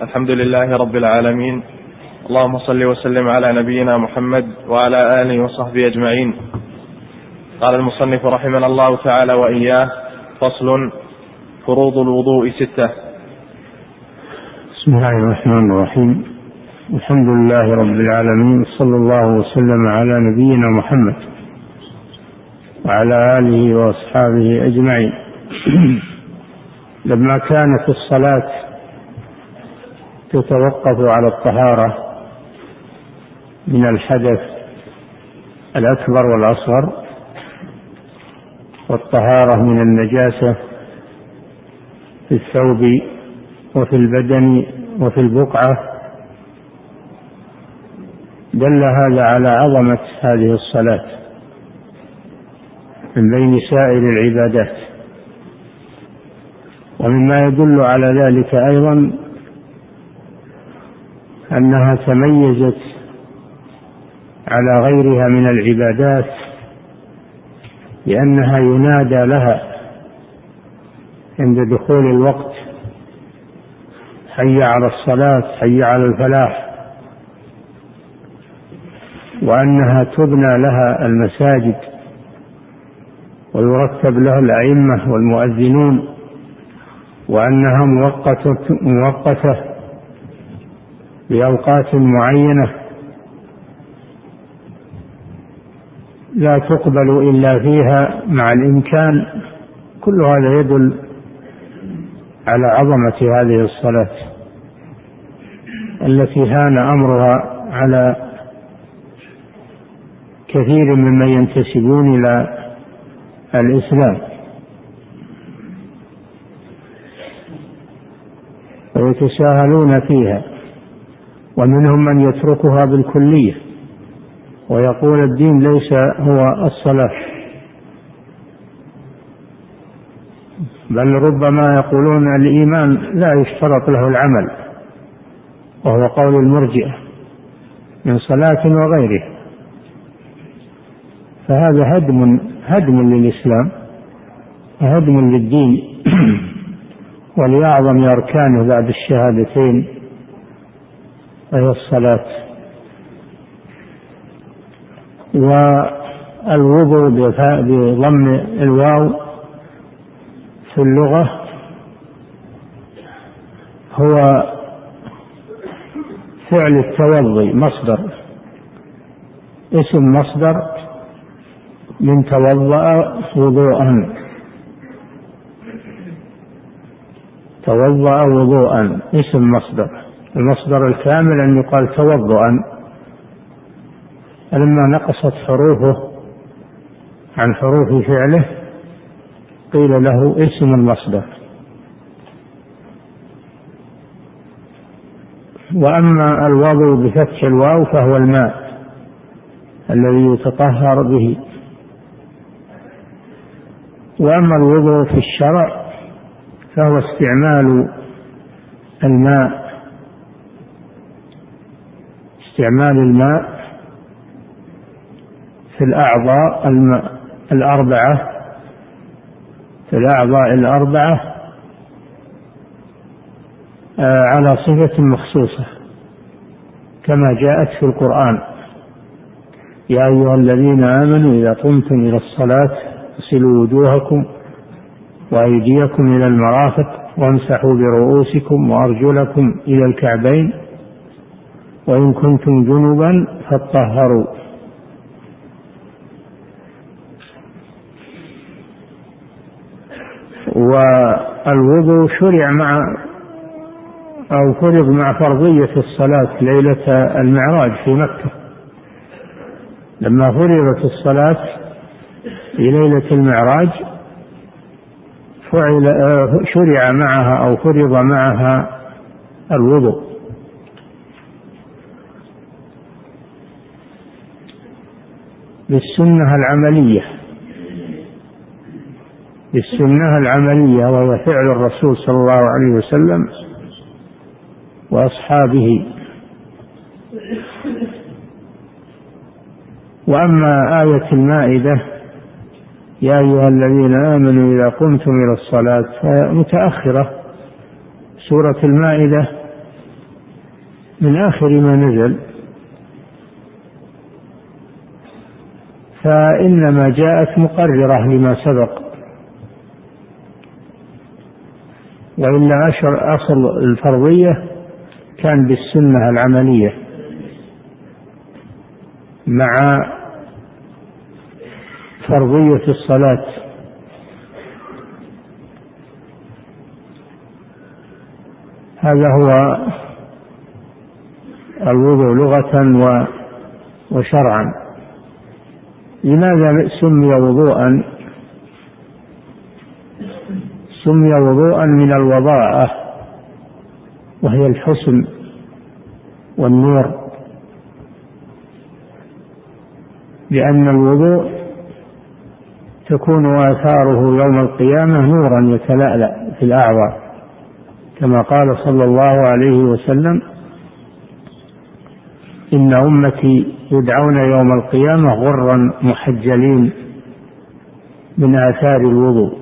الحمد لله رب العالمين، اللهم صل وسلم على نبينا محمد وعلى آله وصحبه أجمعين. قال المصنف رحمنا الله تعالى وإياه: فصل: فروض الوضوء 6. بسم الله الرحمن الرحيم. الحمد لله رب العالمين، صلى الله وسلم على نبينا محمد وعلى آله وأصحابه أجمعين. لما كانت الصلاة تتوقف على الطهارة من الحدث الأكبر والأصغر، والطهارة من النجاسة في الثوب وفي البدن وفي البقعة، دل هذا على عظمة هذه الصلاة من بين سائر العبادات. ومما يدل على ذلك أيضا أنها تميزت على غيرها من العبادات لأنها ينادى لها عند دخول الوقت: حي على الصلاة، حي على الفلاح. وأنها تبنى لها المساجد ويرتب لها الأئمة والمؤذنون، وأنها مؤقتة بأوقات معينة لا تقبل إلا فيها مع الإمكان. كل هذا يدل على عظمة هذه الصلاة التي هان أمرها على كثير ممن ينتسبون إلى الإسلام ويتساهلون فيها، ومنهم من يتركها بالكلية ويقول الدين ليس هو الصلاة، بل ربما يقولون الإيمان لا يشترط له العمل، وهو قول المرجئة من صلاة وغيره. فهذا هدم للإسلام وهدم للدين ولأعظم أركانه بعد الشهادتين وهي الصلاة. والوضوء بضم الواو في اللغة هو فعل التوضي، مصدر، اسم مصدر من توضأ وضوءا. توضأ وضوءا اسم مصدر، المصدر الكامل أن يقال توضؤا. فلما نقصت حروفه عن حروف فعله قيل له اسم المصدر. وأما الوضوء بفتح الواو فهو الماء الذي يتطهر به. وأما الوضوء في الشرع فهو استعمال الماء، استعمال الماء في الأعضاء الأربعة، في الأعضاء الأربعة على صفة مخصوصة كما جاءت في القرآن: يا أيها الذين آمنوا إذا قمتم إلى الصلاة اغسلوا وجوهكم وأيديكم إلى المرافق وامسحوا برؤوسكم وأرجلكم إلى الكعبين وإن كنتم جنبا فاطهروا. والوضوء شرع فرض مع فرضية الصلاة ليلة المعراج في مكة. لما فرضت الصلاة في ليلة المعراج شرع معها أو فرض معها الوضوء. بالسنة العملية وهو فعل الرسول صلى الله عليه وسلم وأصحابه. وأما آية المائدة يا أيها الذين آمنوا إذا قمتم إلى الصلاة متأخرة. سورة المائدة من آخر ما نزل، فإنما جاءت مقررة لما سبق، وإلا أصل الفرضية كان بالسنة العملية مع فرضية الصلاة. هذا هو الوضوء لغة وشرعا. لماذا سمي وضوءا؟ سمي وضوءا من الوضاءة، وهي الحسن والنور، لأن الوضوء تكون آثاره يوم القيامة نورا يتلألأ في الأعضاء، كما قال صلى الله عليه وسلم: إن أمتي يدعون يوم القيامة غرا محجلين من آثار الوضوء.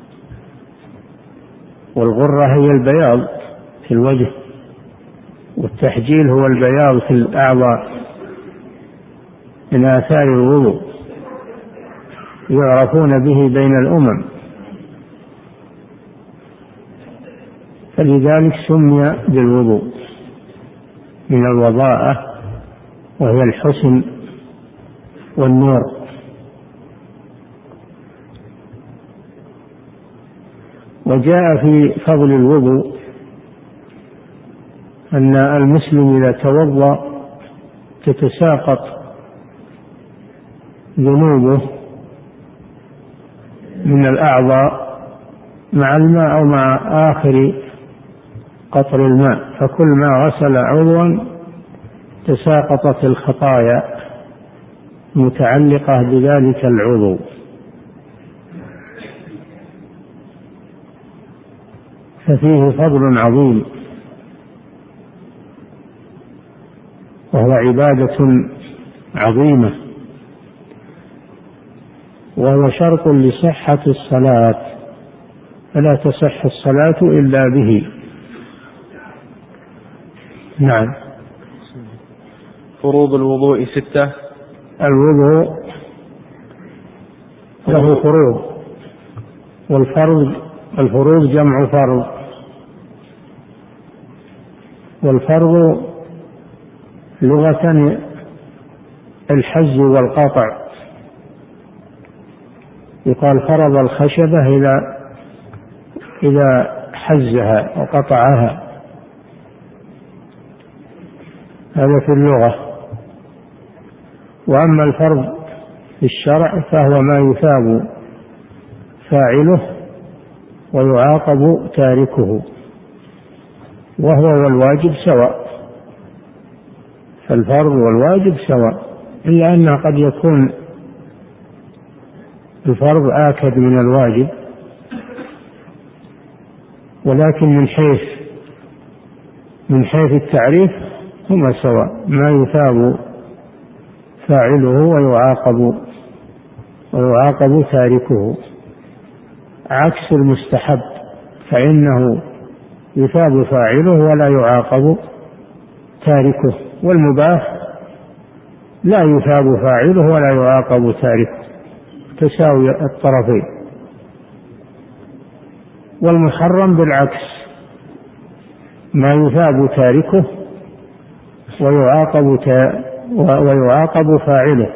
والغرة هي البياض في الوجه، والتحجيل هو البياض في الأعضاء من آثار الوضوء، يعرفون به بين الأمم، فلذلك سمي بالوضوء من الوضاءة، وهي الحسن والنور. وجاء في فضل الوضوء أن المسلم إذا توضأ تتساقط ذنوبه من الأعضاء مع الماء أو مع آخر قطر الماء، فكل ما غسل عضوا تساقطت الخطايا متعلقة بذلك العضو. ففيه فضل عظيم، وهو عبادة عظيمة، وهو شرط لصحة الصلاة، فلا تصح الصلاة إلا به. نعم. فروض الوضوء 6. الوضوء له فروض، الفروض جمع فرض، والفرض لغة الحز والقطع، يقال فرض الخشبة إذا حزها وقطعها، هذا في اللغة. وأما الفرض في الشرع فهو ما يثاب فاعله ويعاقب تاركه، وهو والواجب سواء، فالفرض والواجب سواء، إلا أنه قد يكون الفرض آكد من الواجب، ولكن من حيث التعريف هما سواء، ما يثاب فاعله ويعاقب تاركه، عكس المستحب فإنه يثاب فاعله ولا يعاقب تاركه، والمباح لا يثاب فاعله ولا يعاقب تاركه، تساوي الطرفين. والمحرم بالعكس، ما يثاب تاركه ويعاقب فاعله،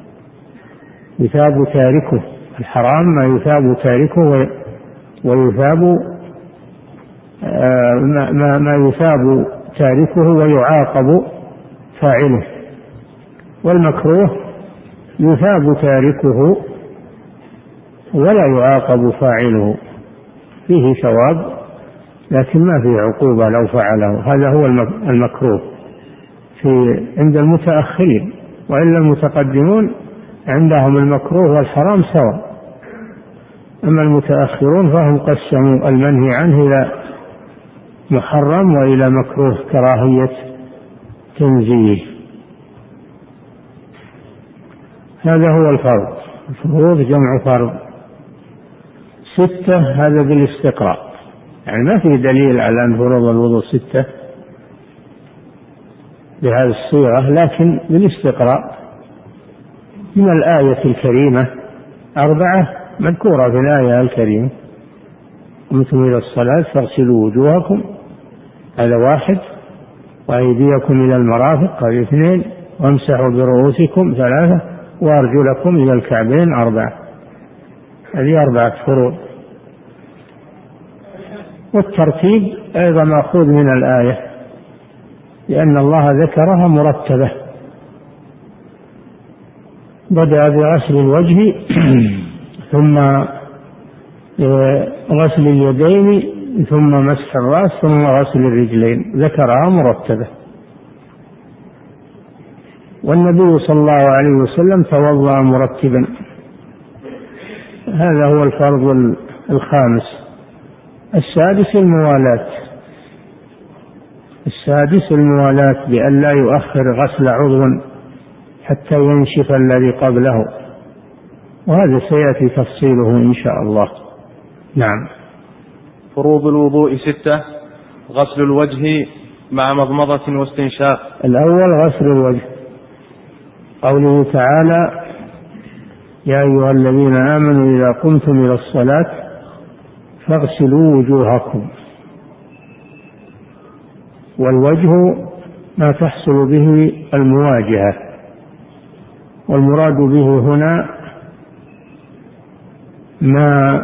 يثاب تاركه. الحرام ما يثاب تاركه ويثاب ما يثاب تاركه ويعاقب فاعله. والمكروه يثاب تاركه ولا يعاقب فاعله، فيه ثواب لكن ما فيه عقوبة لو فعله. هذا هو المكروه عند المتأخرين، وإلا المتقدمون عندهم المكروه والحرام سواء. أما المتأخرون فهم قسموا المنهي عنه إلى محرم وإلى مكروه كراهية تنزيه. هذا هو الفرض. الفروض جمع فرض. 6 هذا بالاستقراء، يعني ما في دليل على أن فروض الوضوء 6، بهذه الصيغة لكن بالاستقراء من الآية الكريمة 4 مذكورة في الآية الكريمة: قمتم إلى الصلاة فاغسلوا وجوهكم، هذا 1، وأيديكم إلى المرافق، هذا 2، وامسحوا برؤوسكم 3، وأرجلكم إلى الكعبين 4. هذه 4 فروض. والترتيب أيضا مأخوذ من الآية، لأن الله ذكرها مرتبة، بدأ بغسل الوجه ثم غسل اليدين ثم مسح الرأس ثم غسل الرجلين، ذكرها مرتبة. والنبي صلى الله عليه وسلم توضأ مرتبا. هذا هو الفرض الخامس. السادس الموالاة بأن لا يؤخر غسل عضو حتى ينشف الذي قبله، وهذا سيأتي تفصيله إن شاء الله. نعم. فروض الوضوء 6: غسل الوجه مع مضمضة واستنشاق. الأول غسل الوجه، قوله تعالى: يا أيها الذين آمنوا إذا قمتم إلى الصلاة فاغسلوا وجوهكم. والوجه ما تحصل به المواجهة، والمراد به هنا ما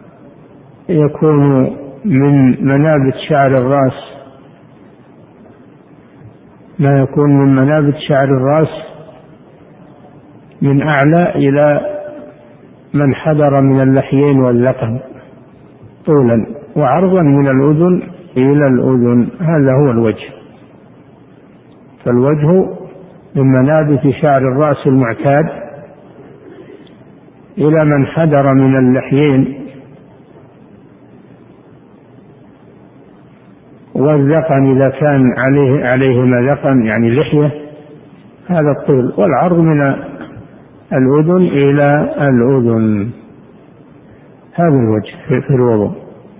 يكون من منابت شعر الرأس، ما يكون من منابت شعر الرأس من أعلى إلى من حدر من اللحيين والذقن طولا، وعرضا من الأذن إلى الأذن، هذا هو الوجه. فالوجه من منابت شعر الرأس المعتاد إلى من حدر من اللحيين والذقن إذا كان عليهما ذقن يعني لحية، هذا الطول، والعرض من الأذن إلى الأذن، هذا الوجه في الوضوء.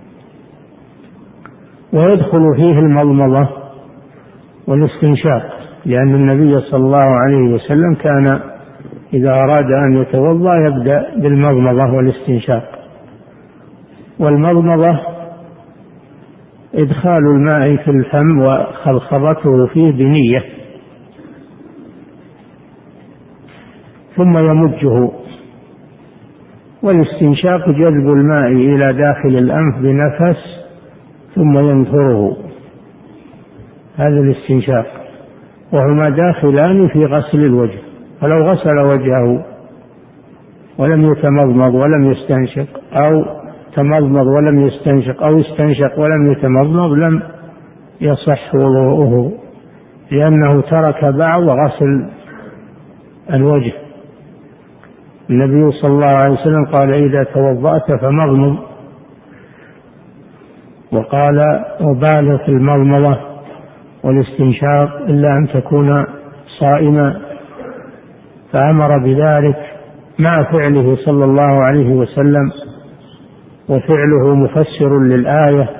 ويدخل فيه المضمضة والاستنشاق، لأن النبي صلى الله عليه وسلم كان إذا أراد أن يتوضأ يبدأ بالمضمضة والاستنشاق. والمضمضة إدخال الماء في الفم وخلخبته فيه بنية ثم يمجه، والاستنشاق جذب الماء إلى داخل الأنف بنفس ثم ينثره، هذا الاستنشاق، وهما داخلان في غسل الوجه. فلو غسل وجهه ولم يتمضمض ولم يستنشق، أو تمضمض ولم يستنشق، أو استنشق ولم يتمضمض، لم يصح وضوءه، لأنه ترك بعض غسل الوجه. النبي صلى الله عليه وسلم قال: إذا توضأت فمضمض، وقال: وبالغ في المضمضة والاستنشاق إلا أن تكون صائما، فأمر بذلك مع فعله صلى الله عليه وسلم، وفعله مفسر للآية،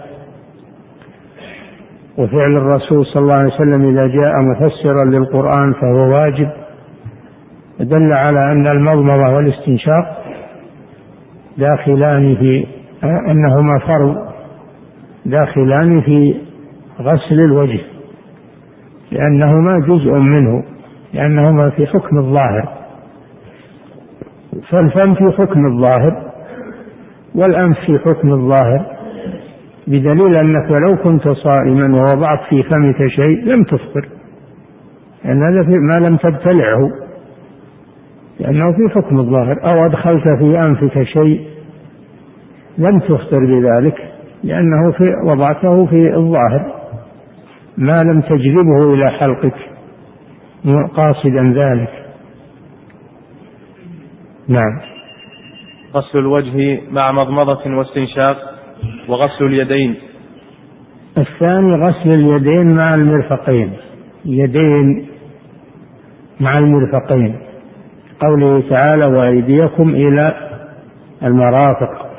وفعل الرسول صلى الله عليه وسلم إذا جاء مفسرا للقرآن فهو واجب، دل على أن المضمضة والاستنشاق داخلان في أنهما فرض، داخلان في غسل الوجه، لأنهما جزء منه، لأنهما في حكم الظاهر. فالفم في حكم الظاهر والأنف في حكم الظاهر، بدليل أنك لو كنت صائما ووضعت في فمك شيء لم تفطر، لأن هذا ما لم تبتلعه، لأنه في حكم الظاهر. أو أدخلت في أنفك شيء لم تفطر بذلك، لأنه وضعته في الظاهر ما لم تجذبه إلى حلقك قاصدا ذلك. نعم. غسل الوجه مع مضمضة واستنشاق. وغسل اليدين. الثاني غسل اليدين مع المرفقين، يدين مع المرفقين، قوله تعالى: وأيديكم إلى المرافق.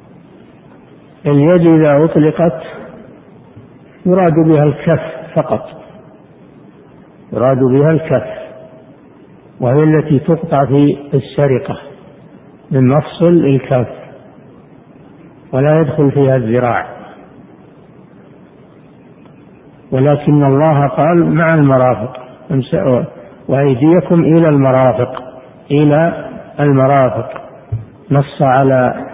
اليد إذا أطلقت يراد بها الكف فقط، يراد بها الكف، وهي التي تقطع في السرقة من مفصل الكف، ولا يدخل فيها الذراع. ولكن الله قال مع المرافق، وأيديكم إلى المرافق، إلى المرافق، نص على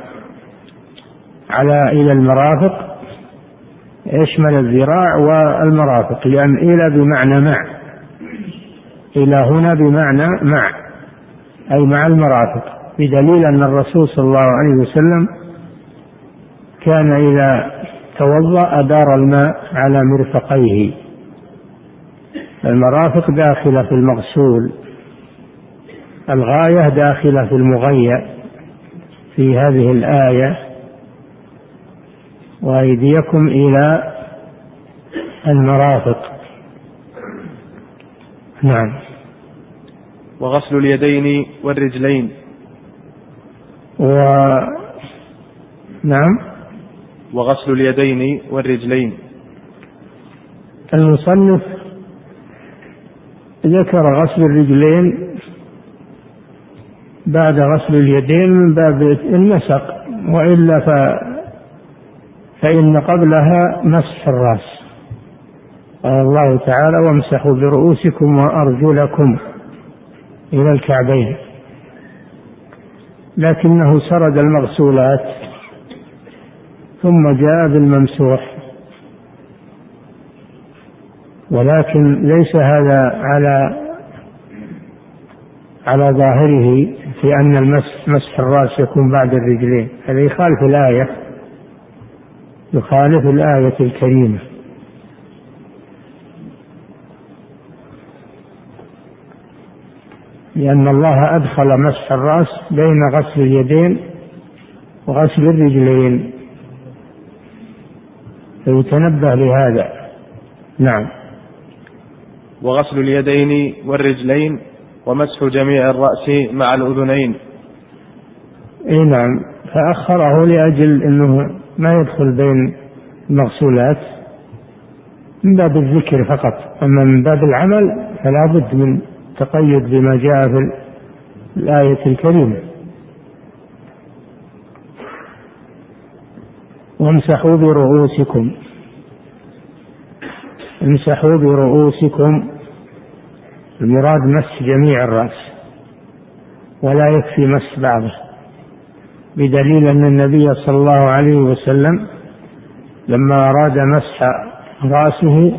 إلى المرافق يشمل الذراع والمرافق، لأن إلى بمعنى مع، إلى هنا بمعنى مع، أي مع المرافق، بدليل أن الرسول صلى الله عليه وسلم كان إذا توضأ أدار الماء على مرفقيه. المرافق داخلة في المغسول، الغاية داخلة في المغية في هذه الآية، وأيديكم إلى المرافق. نعم. وغسل اليدين والرجلين. نعم. وغسل اليدين والرجلين. المصنف ذكر غسل الرجلين بعد غسل اليدين من باب النسق، وإلا فإن قبلها مسح الرأس. قال الله تعالى: وامسحوا برؤوسكم وأرجلكم إلى الكعبين، لكنه سرد المغسولات ثم جاء بالممسوح، ولكن ليس هذا على ظاهره في أن مسح الرأس يكون بعد الرجلين، هذا يخالف الآية الكريمة. لأن الله أدخل مسح الرأس بين غسل اليدين وغسل الرجلين، فيتنبه لهذا. نعم. وغسل اليدين والرجلين ومسح جميع الرأس مع الأذنين. نعم، فأخره لأجل أنه ما يدخل بين المغسولات من باب الذكر فقط، أما من باب العمل فلا بد من تقيد بما جاء في الآية الكريمة. وامسحوا برؤوسكم. امسحوا برؤوسكم، المراد مسح جميع الرأس، ولا يكفي مسح بعضه، بدليل أن النبي صلى الله عليه وسلم لما أراد مسح رأسه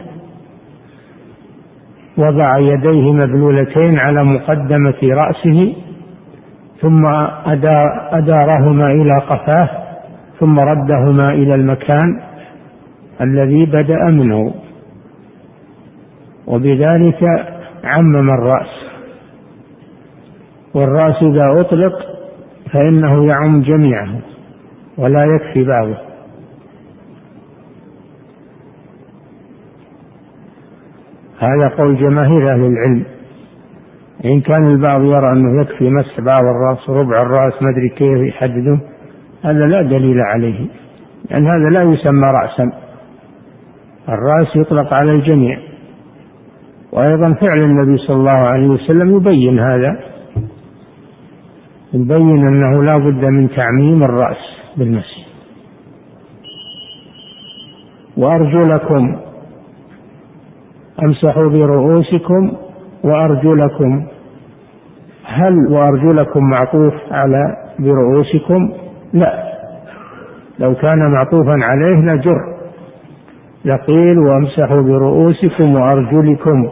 وضع يديه مبلولتين على مقدمة رأسه، ثم أدارهما إلى قفاه، ثم ردهما إلى المكان الذي بدأ منه، وبذلك عمم الرأس. والرأس إذا أطلق فإنه يعم جميعه ولا يكفي بعضه. هذا قول جماهير أهل العلم، إن كان البعض يرى أنه يكفي مسح بعض الرأس، ربع الرأس، ما أدري كيف يحدده، هذا لا دليل عليه، لأن هذا لا يسمى رأسا، الرأس يطلق على الجميع. وأيضا فعل النبي صلى الله عليه وسلم يبين هذا، يبين أنه لا بد من تعميم الرأس بالمسح. وأرجلكم، امسحوا برؤوسكم وأرجلكم. هل وأرجلكم معطوف على برؤوسكم؟ لا، لو كان معطوفا عليه لجر، يقيل وامسحوا برؤوسكم وأرجلكم،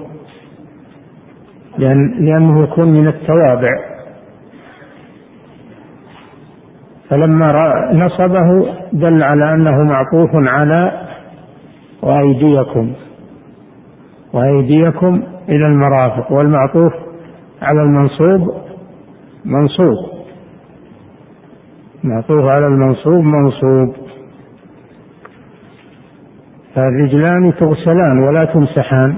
لأنه يكون من التوابع. فلما نصبه دل على أنه معطوف على وأيديكم إلى المرافق، والمعطوف على المنصوب منصوب، معطوف على المنصوب منصوب. فالرجلان تغسلان ولا تمسحان،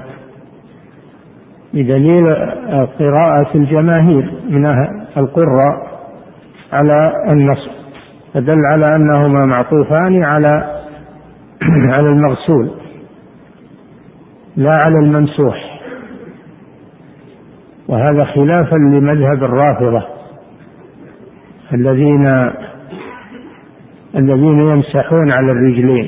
بدليل قراءة الجماهير من القراء على النصب، فدل على أنهما معطوفان على المغسول لا على الممسوح. وهذا خلافا لمذهب الرافضة الذين يمسحون على الرجلين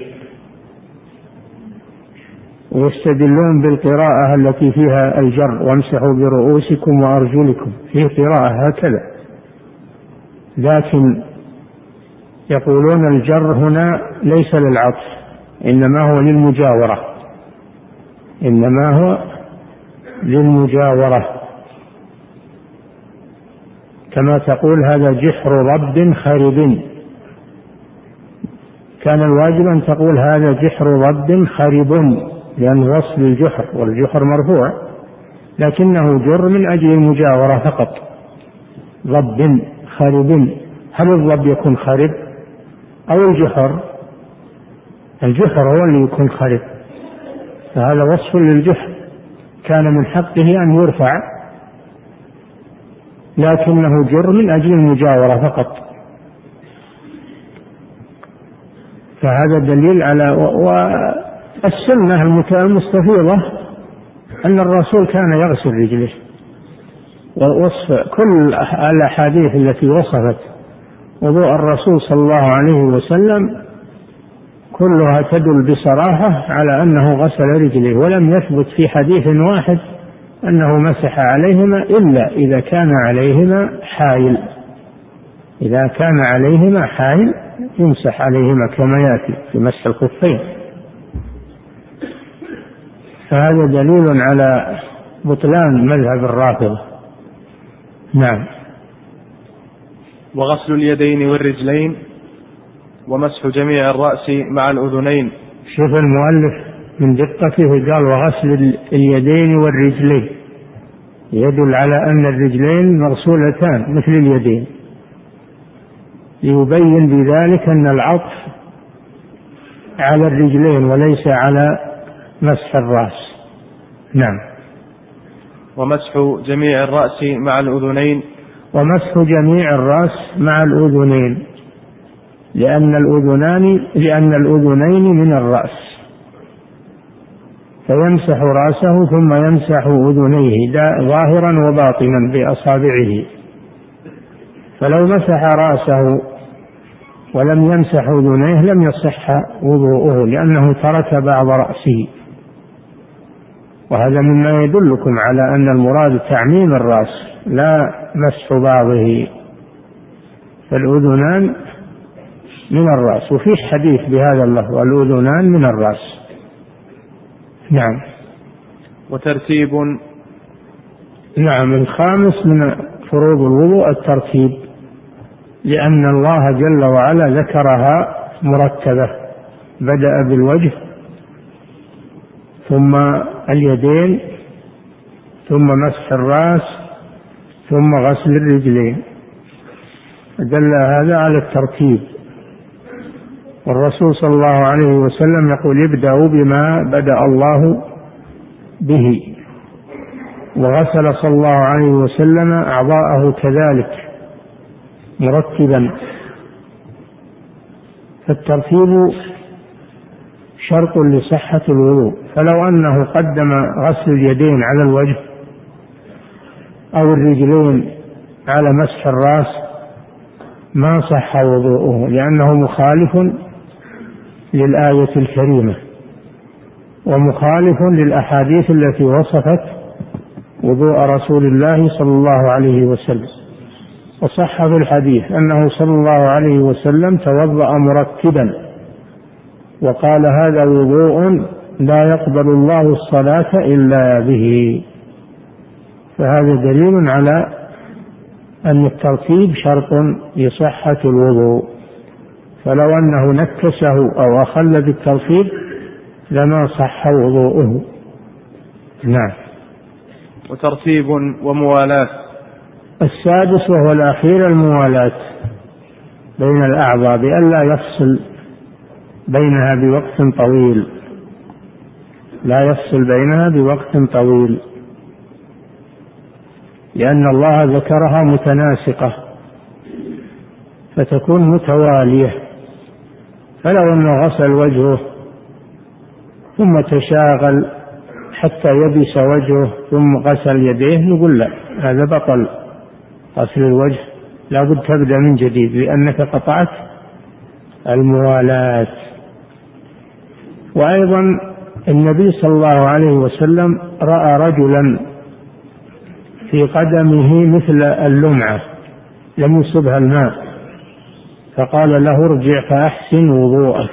ويستدلون بالقراءة التي فيها الجر وامسحوا برؤوسكم وأرجلكم، فيه قراءة هكذا، لكن يقولون الجر هنا ليس للعطف، إنما هو للمجاورة، كما تقول هذا جحر رب خرب، كان الواجب أن تقول هذا جحر رب خرب، لأن وصل الجحر والجحر مرفوع، لكنه جر من أجل المجاورة فقط. رب خرب، هل الرب يكون خرب أو الجحر؟ الجحر هو اللي يكون خرب، فهذا وصف للجحر كان من حقه أن يرفع، لكنه جر من أجل المجاورة فقط. فهذا دليل على والسنة المستفيضة أن الرسول كان يغسل رجله، ووصف كل الأحاديث التي وصفت وضوء الرسول صلى الله عليه وسلم كلها تدل بصراحة على أنه غسل رجله، ولم يثبت في حديث واحد أنه مسح عليهما إلا إذا كان عليهما حائل، إذا كان عليهما حائل يمسح عليهما كما يأتي في مسح الخفين. فهذا دليل على بطلان مذهب الرافضة. نعم. وغسل اليدين والرجلين ومسح جميع الرأس مع الأذنين. شوف المؤلف من دقته قال وغسل اليدين والرجلين، يدل على أن الرجلين مغسولتان مثل اليدين، ليبين بذلك أن العطف على الرجلين وليس على مسح الرأس. نعم. ومسح جميع الرأس مع الأذنين. ومسح جميع الرأس مع الأذنين، لأن الأذنين من الرأس، فيمسح رأسه ثم يمسح أذنيه ظاهرا وباطنا بأصابعه، فلو مسح رأسه ولم يمسح أذنيه لم يصح وضوءه، لأنه ترك بعض رأسه. وهذا مما يدلكم على أن المراد تعميم الرأس لا مسح بعضه، فالأذنان من الرأس، وفيه حديث بهذا اللفظ الأذنان من الرأس. نعم. وترتيب. نعم. الخامس من فروض الوضوء الترتيب، لأن الله جل وعلا ذكرها مرتبة، بدأ بالوجه ثم اليدين ثم مسح الرأس ثم غسل الرجلين، دل هذا على الترتيب. والرسول صلى الله عليه وسلم يقول ابدأوا بما بدأ الله به، وغسل صلى الله عليه وسلم أعضاءه كذلك مرتبا، فالترتيب شرط لصحة الوضوء، فلو أنه قدم غسل اليدين على الوجه أو الرجلين على مسح الرأس ما صح وضوءه، لأنه مخالف للآية الكريمة ومخالف للأحاديث التي وصفت وضوء رسول الله صلى الله عليه وسلم. وصح في الحديث أنه صلى الله عليه وسلم توضأ مرتبا وقال هذا وضوء لا يقبل الله الصلاة إلا به، فهذا دليل على أن الترتيب شرط لصحة الوضوء، فلو أنه نكسه أو أخل بالترتيب لما صح وضوءه. نعم. وترتيب وموالاة. السادس وهو الأخير الموالاة بين الأعضاء بأن لا يفصل بينها بوقت طويل، لا يفصل بينها بوقت طويل، لأن الله ذكرها متناسقة فتكون متوالية. فلو أنه غسل وجهه ثم تشاغل حتى يبس وجهه ثم غسل يديه نقول لا، هذا بطل غسل الوجه، لا بد تبدأ من جديد لأنك قطعت الموالاة. وأيضا النبي صلى الله عليه وسلم رأى رجلا في قدمه مثل اللمعة لم يصبها الماء، فقال له ارجع فأحسن وضوءك،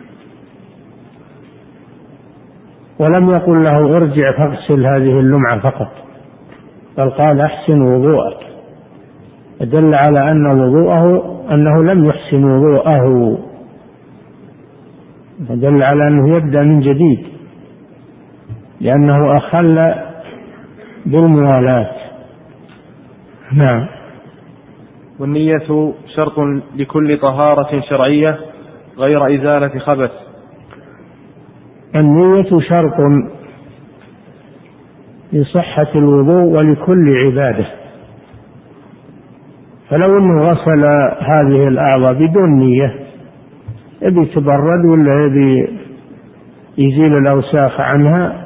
ولم يقل له ارجع فاغسل هذه اللمعة فقط، بل قال احسن وضوءك، دل على أن وضوءه أنه لم يحسن وضوءه، دل على أنه يبدأ من جديد لأنه أخل بالموالاة. نعم. والنية شرط لكل طهارة شرعية غير إزالة خبث. النية شرط لصحة الوضوء ولكل عبادة، فلو أنه غسل هذه الأعضاء بدون نية، يبي يتبرد ولا يبي يزيل الأوساخ عنها،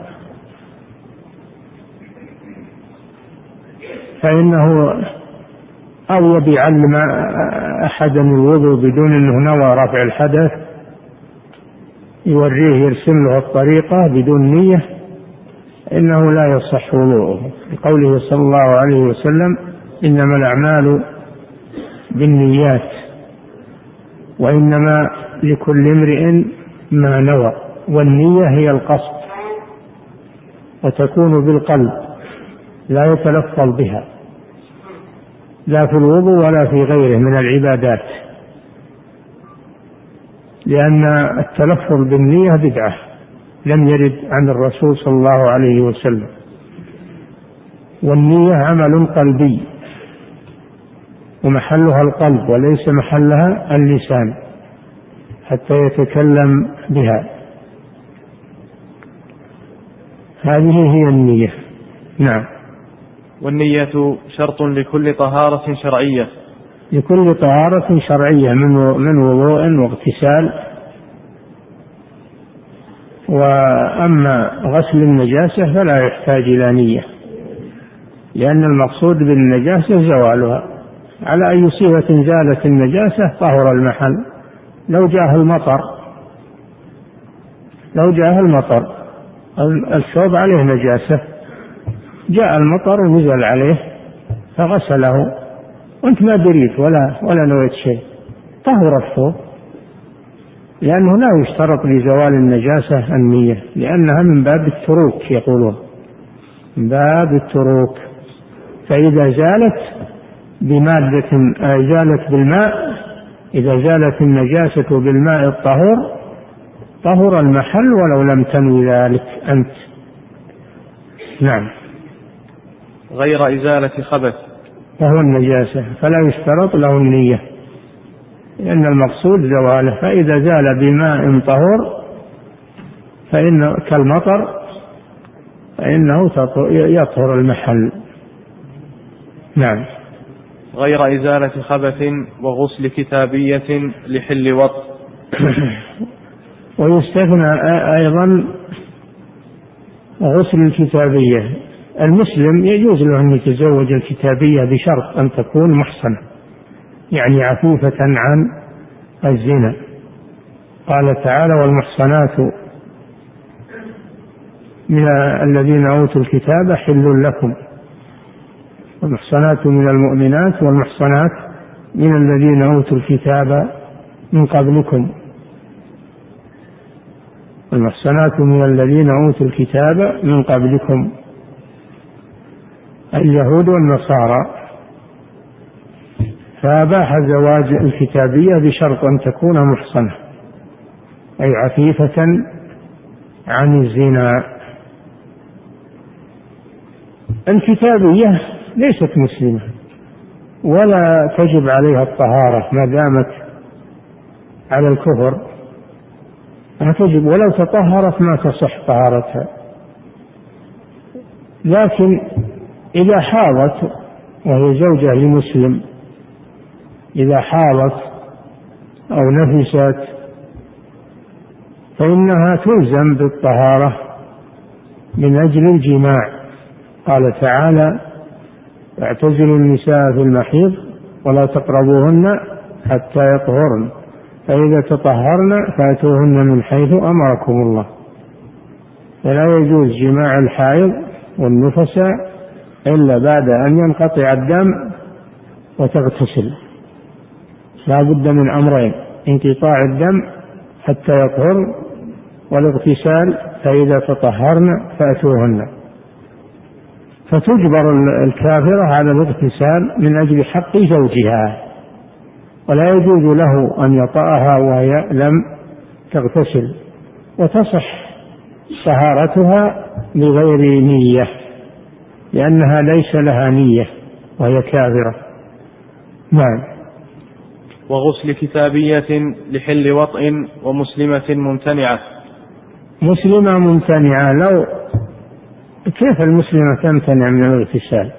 فإنه أو يبي يعلم أحدا الوضوء بدون أنه نوى رفع الحدث، يوريه يرسم له الطريقة بدون نية، إنه لا يصح وضوءه، لقوله صلى الله عليه وسلم إنما الأعمال بالنيات وإنما لكل امرئ ما نوى، والنية هي القصد وتكون بالقلب لا يتلفظ بها لا في الوضوء ولا في غيره من العبادات، لأن التلفظ بالنية بدعة لم يرد عن الرسول صلى الله عليه وسلم، والنية عمل قلبي ومحلها القلب وليس محلها اللسان حتى يتكلم بها، هذه هي النية. نعم. والنية شرط لكل طهارة شرعية، لكل طهارة شرعية من وضوء واغتسال. وأما غسل النجاسة فلا يحتاج إلى نية، لأن المقصود بالنجاسة زوالها، على أي صفة زالت النجاسة طهر المحل. لو جاء المطر الثوب عليه نجاسة، جاء المطر ونزل عليه فغسله وانت ما دريت ولا نويت شيء، طهر الثوب، لأنه لا يشترط لزوال النجاسة النية، لأنها من باب التروك، يقولون من باب التروك. فإذا زالت بمادة زالت بالماء، إذا زالت النجاسة بالماء الطهور طهر المحل ولو لم تنوي ذلك أنت. نعم. غير إزالة خبث، فهو النجاسة فلا يشترط له النية، لأن المقصود زواله، فإذا زال بماء طهور فإن كالمطر فإنه يطهر المحل. نعم. غير إزالة خبث وغسل كتابية لحل وط. ويستثنى أيضا غسل الكتابية، المسلم يجوز له أن يتزوج الكتابية بشرط أن تكون محصنة، يعني عفوفة عن الزنا. قال تعالى والمحصنات من الذين أوتوا الكتاب حل لكم، والمحصنات من المؤمنات والمحصنات من الذين أوتوا الكتاب من قبلكم، والمحصنات من الذين أوتوا الكتاب من قبلكم اليهود والنصارى. فأباح زواج الكتابية بشرط أن تكون محصنة أي عفيفة عن الزنا. الكتابية ليست مسلمة ولا تجب عليها الطهارة ما دامت على الكفر، لا تجب، ولو تطهرت ما تصح طهارتها. لكن إذا حاضت وهي زوجة لمسلم، إذا حاضت أو نفست فإنها تلزم بالطهارة من أجل الجماع. قال تعالى واعتزلوا النساء في المحيض ولا تقربوهن حتى يطهرن فإذا تطهرن فأتوهن من حيث أمركم الله. فلا يجوز جماع الحائض والنفساء إلا بعد أن ينقطع الدم وتغتسل. لا بد من أمرين: انقطاع الدم حتى يطهر، والاغتسال فإذا تطهرن فأتوهن. فتجبر الكافرة على الاغتسال من أجل حق زوجها، ولا يجوز له أن يطأها وهي لم تغتسل، وتصح طهارتها بغير نية لأنها ليس لها نية وهي كافرة. نعم. وغسل كتابية لحل وطئ ومسلمة ممتنعة. مسلمة ممتنعة، لو كيف المسلمة تمتنع من الاغتسال؟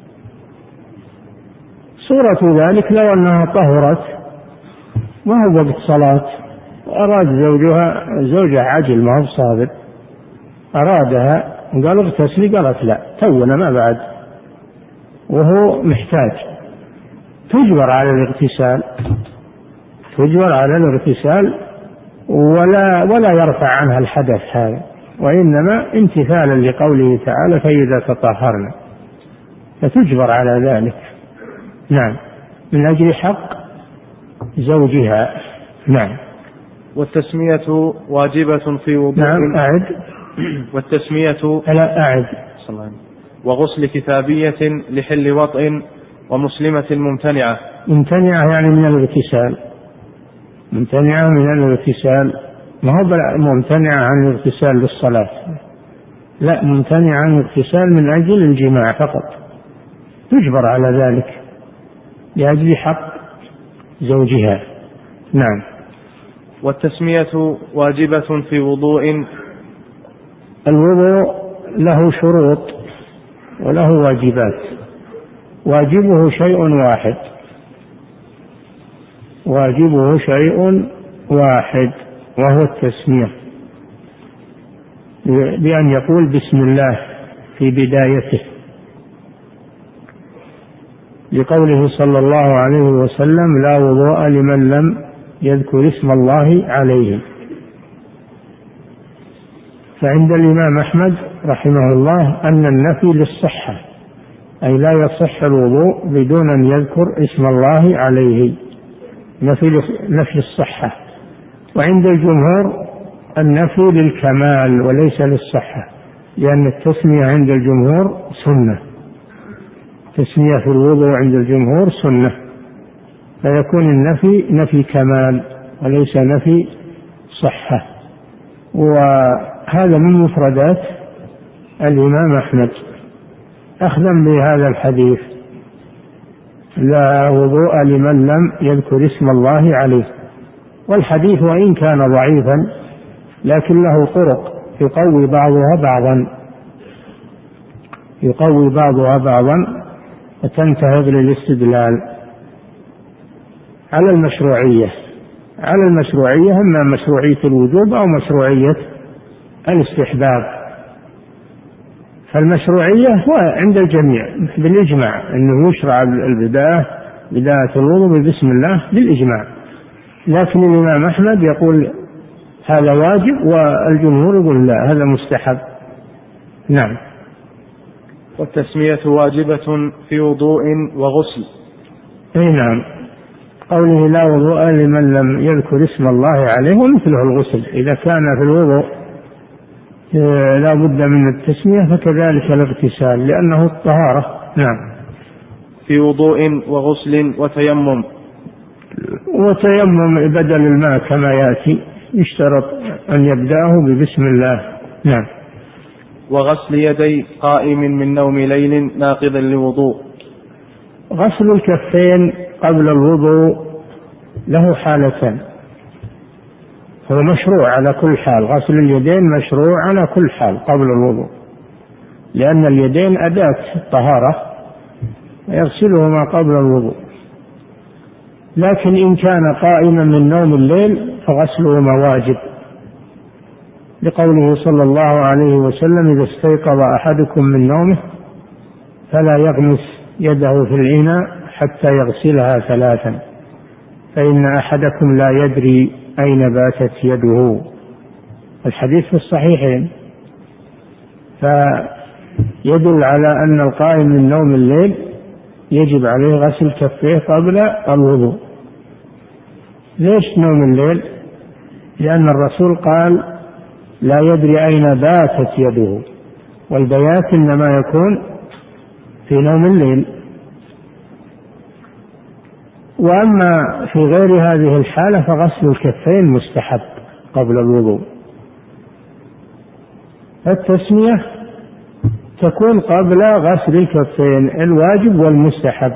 صورة ذلك لو أنها طهرت ما هو وقت صلاة وأراد زوجها عجل ما هو صابر، أرادها قال اغتسلي، قالت لا تونا ما بعد وهو محتاج، تجبر على الاغتسال، تجبر على الاغتسال ولا يرفع عنها الحدث هذا، وإنما امتثالا لقوله تعالى فإذا تطهرنا، فتجبر على ذلك. نعم، من أجل حق زوجها. نعم. والتسمية واجبة في وضوء. نعم أعد. والتسمية لا أعد. وغسل كتابية لحل وطئ ومسلمة ممتنعة. ممتنعة يعني من الاغتسال، ممتنعة من الاغتسال، ما هو ممتنعة عن الاغتسال للصلاة، لا، ممتنعة عن الاغتسال من أجل الجماع فقط، تجبر على ذلك لأجل حق زوجها. نعم. والتسمية واجبة في وضوء. الوضوء له شروط وله واجبات، واجبه شيء واحد، واجبه شيء واحد وهو التسمية، بأن يقول بسم الله في بدايته، لقوله صلى الله عليه وسلم لا وضوء لمن لم يذكر اسم الله عليه. فعند الإمام أحمد رحمه الله أن النفي للصحة، أي لا يصح الوضوء بدون أن يذكر اسم الله عليه، نفي الصحة. وعند الجمهور النفي للكمال وليس للصحة، لأن التسمية عند الجمهور سنة، تسمية في الوضوء عند الجمهور سنة، فيكون النفي نفي كمال وليس نفي صحة. وهذا من مفردات الإمام أحمد أخذا بهذا الحديث لا وضوء لمن لم يذكر اسم الله عليه. والحديث وإن كان ضعيفا لكن له طرق يقوي بعضها بعضا وتنتهض للاستدلال على المشروعية، إما مشروعية الوجوب أو مشروعية الاستحباب. فالمشروعية هو عند الجميع بالإجماع أنه يشرع بداية الوضوء بسم الله بالإجماع، لكن الإمام أحمد يقول هذا واجب والجمهور يقول لا هذا مستحب. نعم. والتسمية واجبة في وضوء وغسل. أي نعم، قوله لا وضوء لمن لم يذكر اسم الله عليه ومثله الغسل، إذا كان في الوضوء لا بد من التسمية فكذلك الاغتسال لأنه الطهارة. نعم. في وضوء وغسل وتيمم. وتيمم بدل الماء كما يأتي، يشترط أن يبدأه ببسم الله. نعم. وغسل يدي قائم من نوم ليل ناقض لوضوء. غسل الكفين قبل الوضوء له حالتان، هو مشروع على كل حال، غسل اليدين مشروع على كل حال قبل الوضوء، لأن اليدين أداة الطهارة يغسلهما قبل الوضوء. لكن إن كان قائما من نوم الليل فغسلهما واجب، لقوله صلى الله عليه وسلم إذا استيقظ أحدكم من نومه فلا يغمس يده في الإناء حتى يغسلها 3 فإن أحدكم لا يدري أين باتت يده. الحديث في الصحيحين. فيدل على أن القائم من نوم الليل يجب عليه غسل كفيه قبل الوضوء. ليش نوم الليل؟ لأن الرسول قال لا يدري أين باتت يده، والبيات إنما يكون في نوم الليل. وأما في غير هذه الحالة فغسل الكفين مستحب قبل الوضوء. التسمية تكون قبل غسل الكفين، الواجب والمستحب.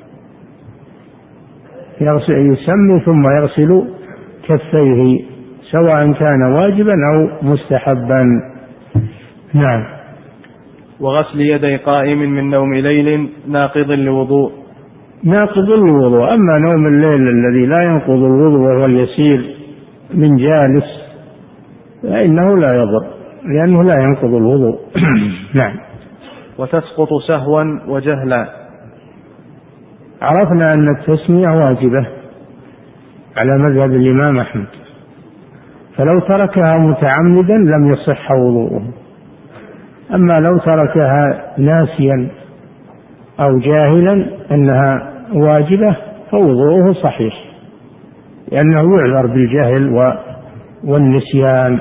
يسمي ثم يغسل كفيه سواء كان واجبا أو مستحبا. نعم. وغسل يدي قائم من نوم ليل ناقض لوضوء. ناقض الوضوء. أما نوم الليل الذي لا ينقض الوضوء وهو اليسير من جالس فإنه لا يضر لأنه لا ينقض الوضوء. نعم. وتسقط سهوا وجهلا. عرفنا أن التسمية واجبة على مذهب الإمام أحمد، فلو تركها متعمدا لم يصح وضوءه. أما لو تركها ناسيا أو جاهلا أنها واجبة فوضوءه صحيح، لأنه يعذر بالجهل والنسيان.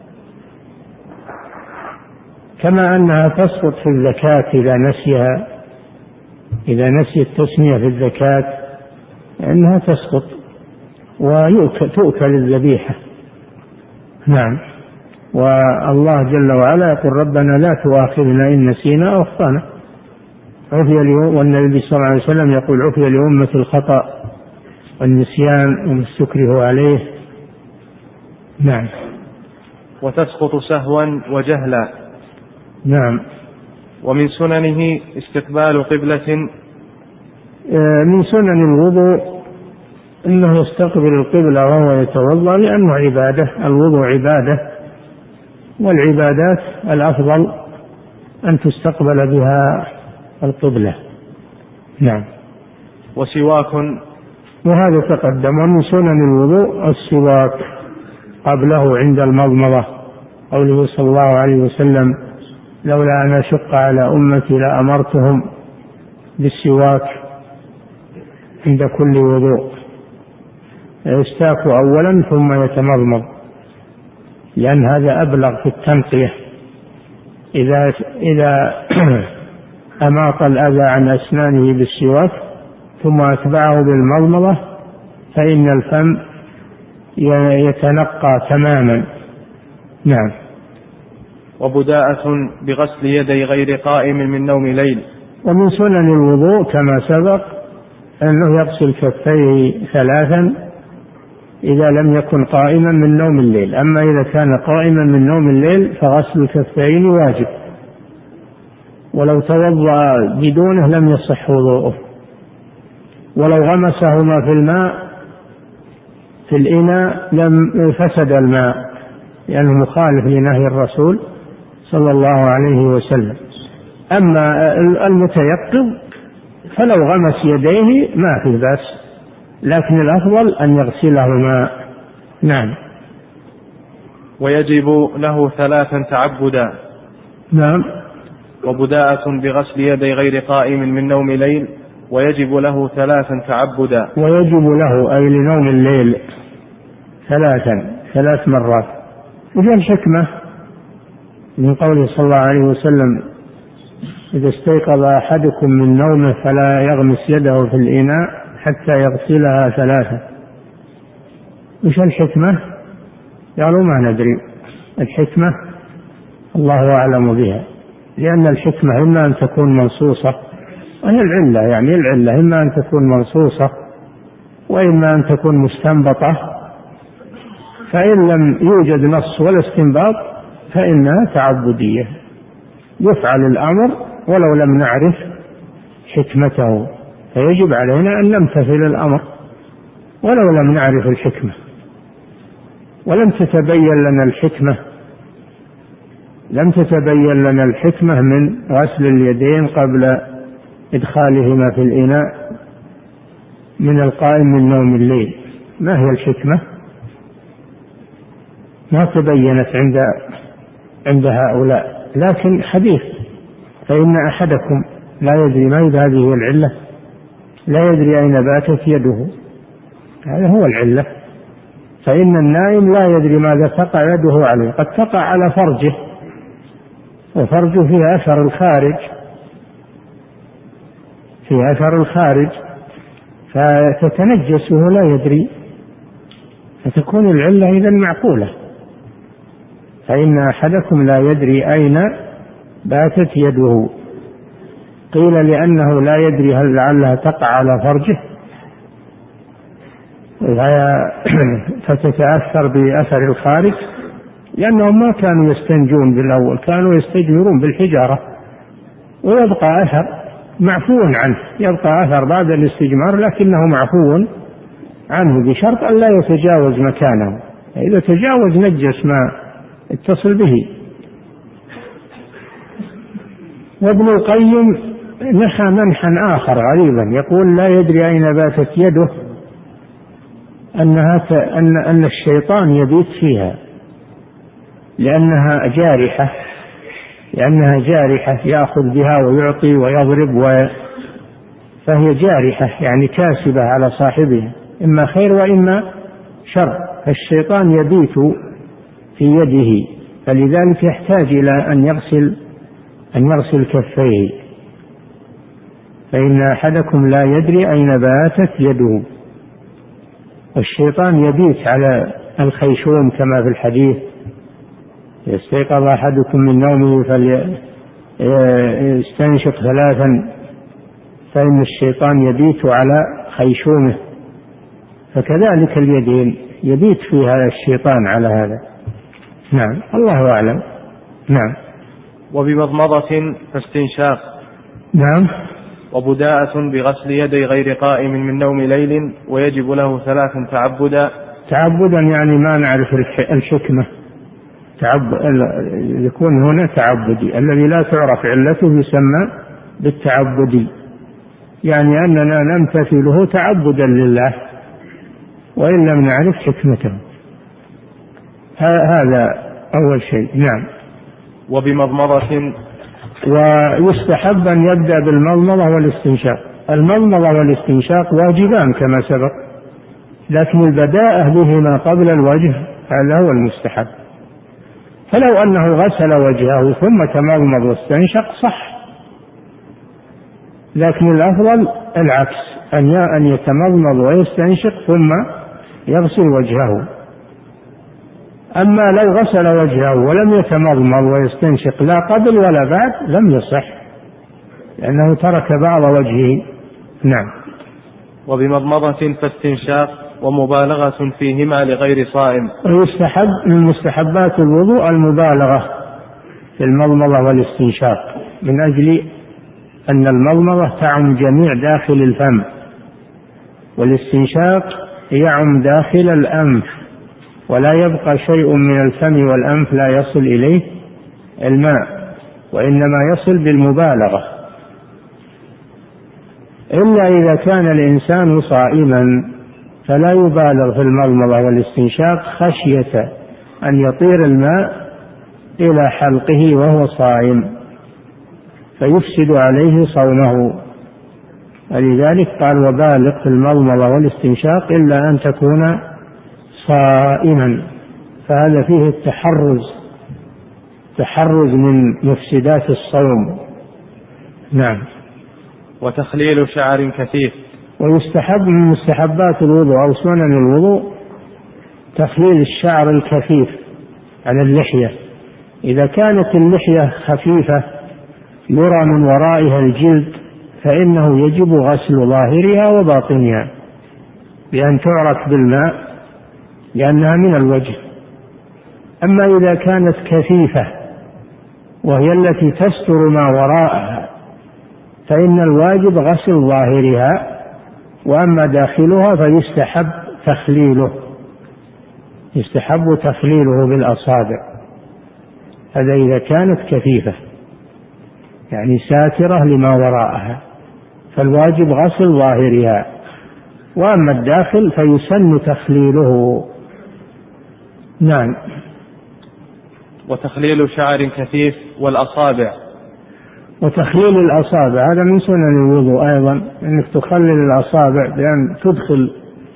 كما أنها تسقط في الزكاة إذا نسيها، إذا نسي التسمية في الزكاة أنها تسقط وتؤكل الذبيحة. نعم. والله جل وعلا يقول ربنا لا تؤاخذنا إن نسينا أو أخطأنا. والنبي صلى الله عليه وسلم يقول عفي لأمة الخطأ والنسيان وما استكرهوا عليه. نعم. وتسقط سهوا وجهلا. نعم. ومن سننه استقبال قبلة. من سنن الوضوء أنه يستقبل القبلة وهو يتوضأ، لأنه عبادة. الوضوء عبادة، والعبادات الأفضل أن تستقبل بها القبلة. نعم. وسواك. وهذا تقدم. ومن سنن الوضوء السواك قبله عند المضمضة، قوله صلى الله عليه وسلم لولا أن أشق على أمتي لأمرتهم بالسواك عند كل وضوء. يستاك أولا ثم يتمضمض، لأن هذا أبلغ في التنقية. إذا أماط الأذى عن أسنانه بالسواك ثم أتبعه بالمضمضة فإن الفم يتنقى تماما. نعم. وبداءة بغسل يدي غير قائم من نوم ليل. ومن سنن الوضوء كما سبق أنه يغسل كفيه 3 إذا لم يكن قائما من نوم الليل. أما إذا كان قائما من نوم الليل فغسل الكفين واجب، ولو توضأ بدونه لم يصح وضوءه. ولو غمسهما في الماء في الإناء لم فسد الماء، لأنه مخالف لنهي الرسول صلى الله عليه وسلم. أما المتيقظ فلو غمس يديه ما في بأس، لكن الأفضل أن يغسلهما. نعم. ويجب له 3 تعبدا. نعم. وبداءة بغسل يدي غير قائم من نوم ليل، ويجب له 3 تعبدا. ويجب له أي لنوم الليل 3 مرات. وفي الحكمة من قوله صلى الله عليه وسلم إذا استيقظ أحدكم من نومه فلا يغمس يده في الإناء حتى يغسلها 3. وش الحكمة؟ قالوا ما ندري. الحكمة الله أعلم بها، لأن الحكمة إما أن تكون منصوصة، وهي العلة، يعني العلة إما أن تكون منصوصة وإما أن تكون مستنبطة. فإن لم يوجد نص ولا استنباط فإنها تعبدية، يفعل الأمر ولو لم نعرف حكمته، فيجب علينا أن نمتثل الأمر ولو لم نعرف الحكمة. ولم تتبين لنا الحكمة من غسل اليدين قبل إدخالهما في الإناء من القائم من نوم الليل. ما هي الحكمة؟ ما تبينت عند هؤلاء، لكن حديث فإن أحدكم لا يدري ما هذه العلة، لا يدري أين باتت يده، هذا هو العلة. فإن النائم لا يدري ماذا تقع يده عليه، قد تقع على فرجه، وفرجه فيه أثر الخارج، فيه أثر الخارج، فتتنجس وهو لا يدري، فتكون العلة إذن معقولة. فإن أحدكم لا يدري أين باتت يده، قيل لأنه لا يدري هل لعلها تقع على فرجه فتتأثر بأثر الخارج، لأنهم ما كانوا يستنجون بالأول، كانوا يستجمرون بالحجارة، ويبقى أثر معفو عنه، يبقى أثر بعد الاستجمار لكنه معفو عنه بشرط أن لا يتجاوز مكانه، إذا تجاوز نجس ما اتصل به. وابن القيم نحى منحا آخر غريبا، يقول لا يدري أين باتت يده، أن الشيطان يبيت فيها لأنها جارحة يأخذ بها ويعطي ويضرب فهي جارحة، يعني كاسبة على صاحبها، إما خير وإما شر، فالشيطان يبيت في يده، فلذلك يحتاج إلى أن يغسل كفيه. فإن أحدكم لا يدري أين باتت يده، والشيطان يبيت على الخيشوم كما في الحديث: يستيقظ أحدكم من نومه فليستنشق 3، فإن الشيطان يبيت على خيشومه، فكذلك اليدين يبيت فيها الشيطان على هذا. نعم، الله أعلم. نعم. وبمضمضة فاستنشاق. نعم. وبداءة بغسل يدي غير قائم من نوم ليل، ويجب له 3 تعبدا يعني ما نعرف الحكمة، يكون هنا تعبدي، الذي لا تعرف علته يسمى بالتعبدي، يعني أننا نمتثله تعبدا لله وإن لم نعرف حكمته، هذا أول شيء. نعم. وبمضمضة. ويستحب أن يبدأ بالمضمضة والاستنشاق. المضمضة والاستنشاق واجبان كما سبق، لكن البداءة بهما قبل الوجه هذا هو المستحب. فلو أنه غسل وجهه ثم تمضمض واستنشق صح، لكن الأفضل العكس، أن يتمضمض ويستنشق ثم يغسل وجهه. أما لو غسل وجهه ولم يتمضمض ويستنشق لا قبل ولا بعد لم يصح، لأنه ترك بعض وجهه. نعم. وبمضمضة فاستنشاق، ومبالغة فيهما لغير صائم. ويستحب من مستحبات الوضوء المبالغة في المضمضة والاستنشاق، من أجل أن المضمضة تعم جميع داخل الفم، والاستنشاق يعم داخل الأنف، ولا يبقى شيء من الفم والأنف لا يصل إليه الماء، وإنما يصل بالمبالغة، إلا إذا كان الإنسان صائما فلا يبالغ في المضمضة والاستنشاق خشية أن يطير الماء إلى حلقه وهو صائم فيفسد عليه صومه، ولذلك قال: وبالغ في المضمضة والاستنشاق إلا أن تكون صائما، فهذا فيه التحرز من مفسدات الصوم. نعم. وتخليل شعر كثيف. ويستحب من مستحبات الوضوء أو سنن الوضوء تخليل الشعر الكثيف عن اللحية. إذا كانت اللحية خفيفة يرى من ورائها الجلد فإنه يجب غسل ظاهرها وباطنها بأن تعرف بالماء لأنها من الوجه. أما إذا كانت كثيفة وهي التي تستر ما وراءها فإن الواجب غسل ظاهرها، وأما داخلها فيستحب تخليله بالأصابع، هذا إذا كانت كثيفة يعني ساترة لما وراءها. فالواجب غسل ظاهرها، وأما الداخل فيسن تخليله. نعم. وتخليل شعر كثيف والأصابع. وتخليل الأصابع هذا من سنن الوضوء أيضا، أنك تخلل الأصابع بأن تدخل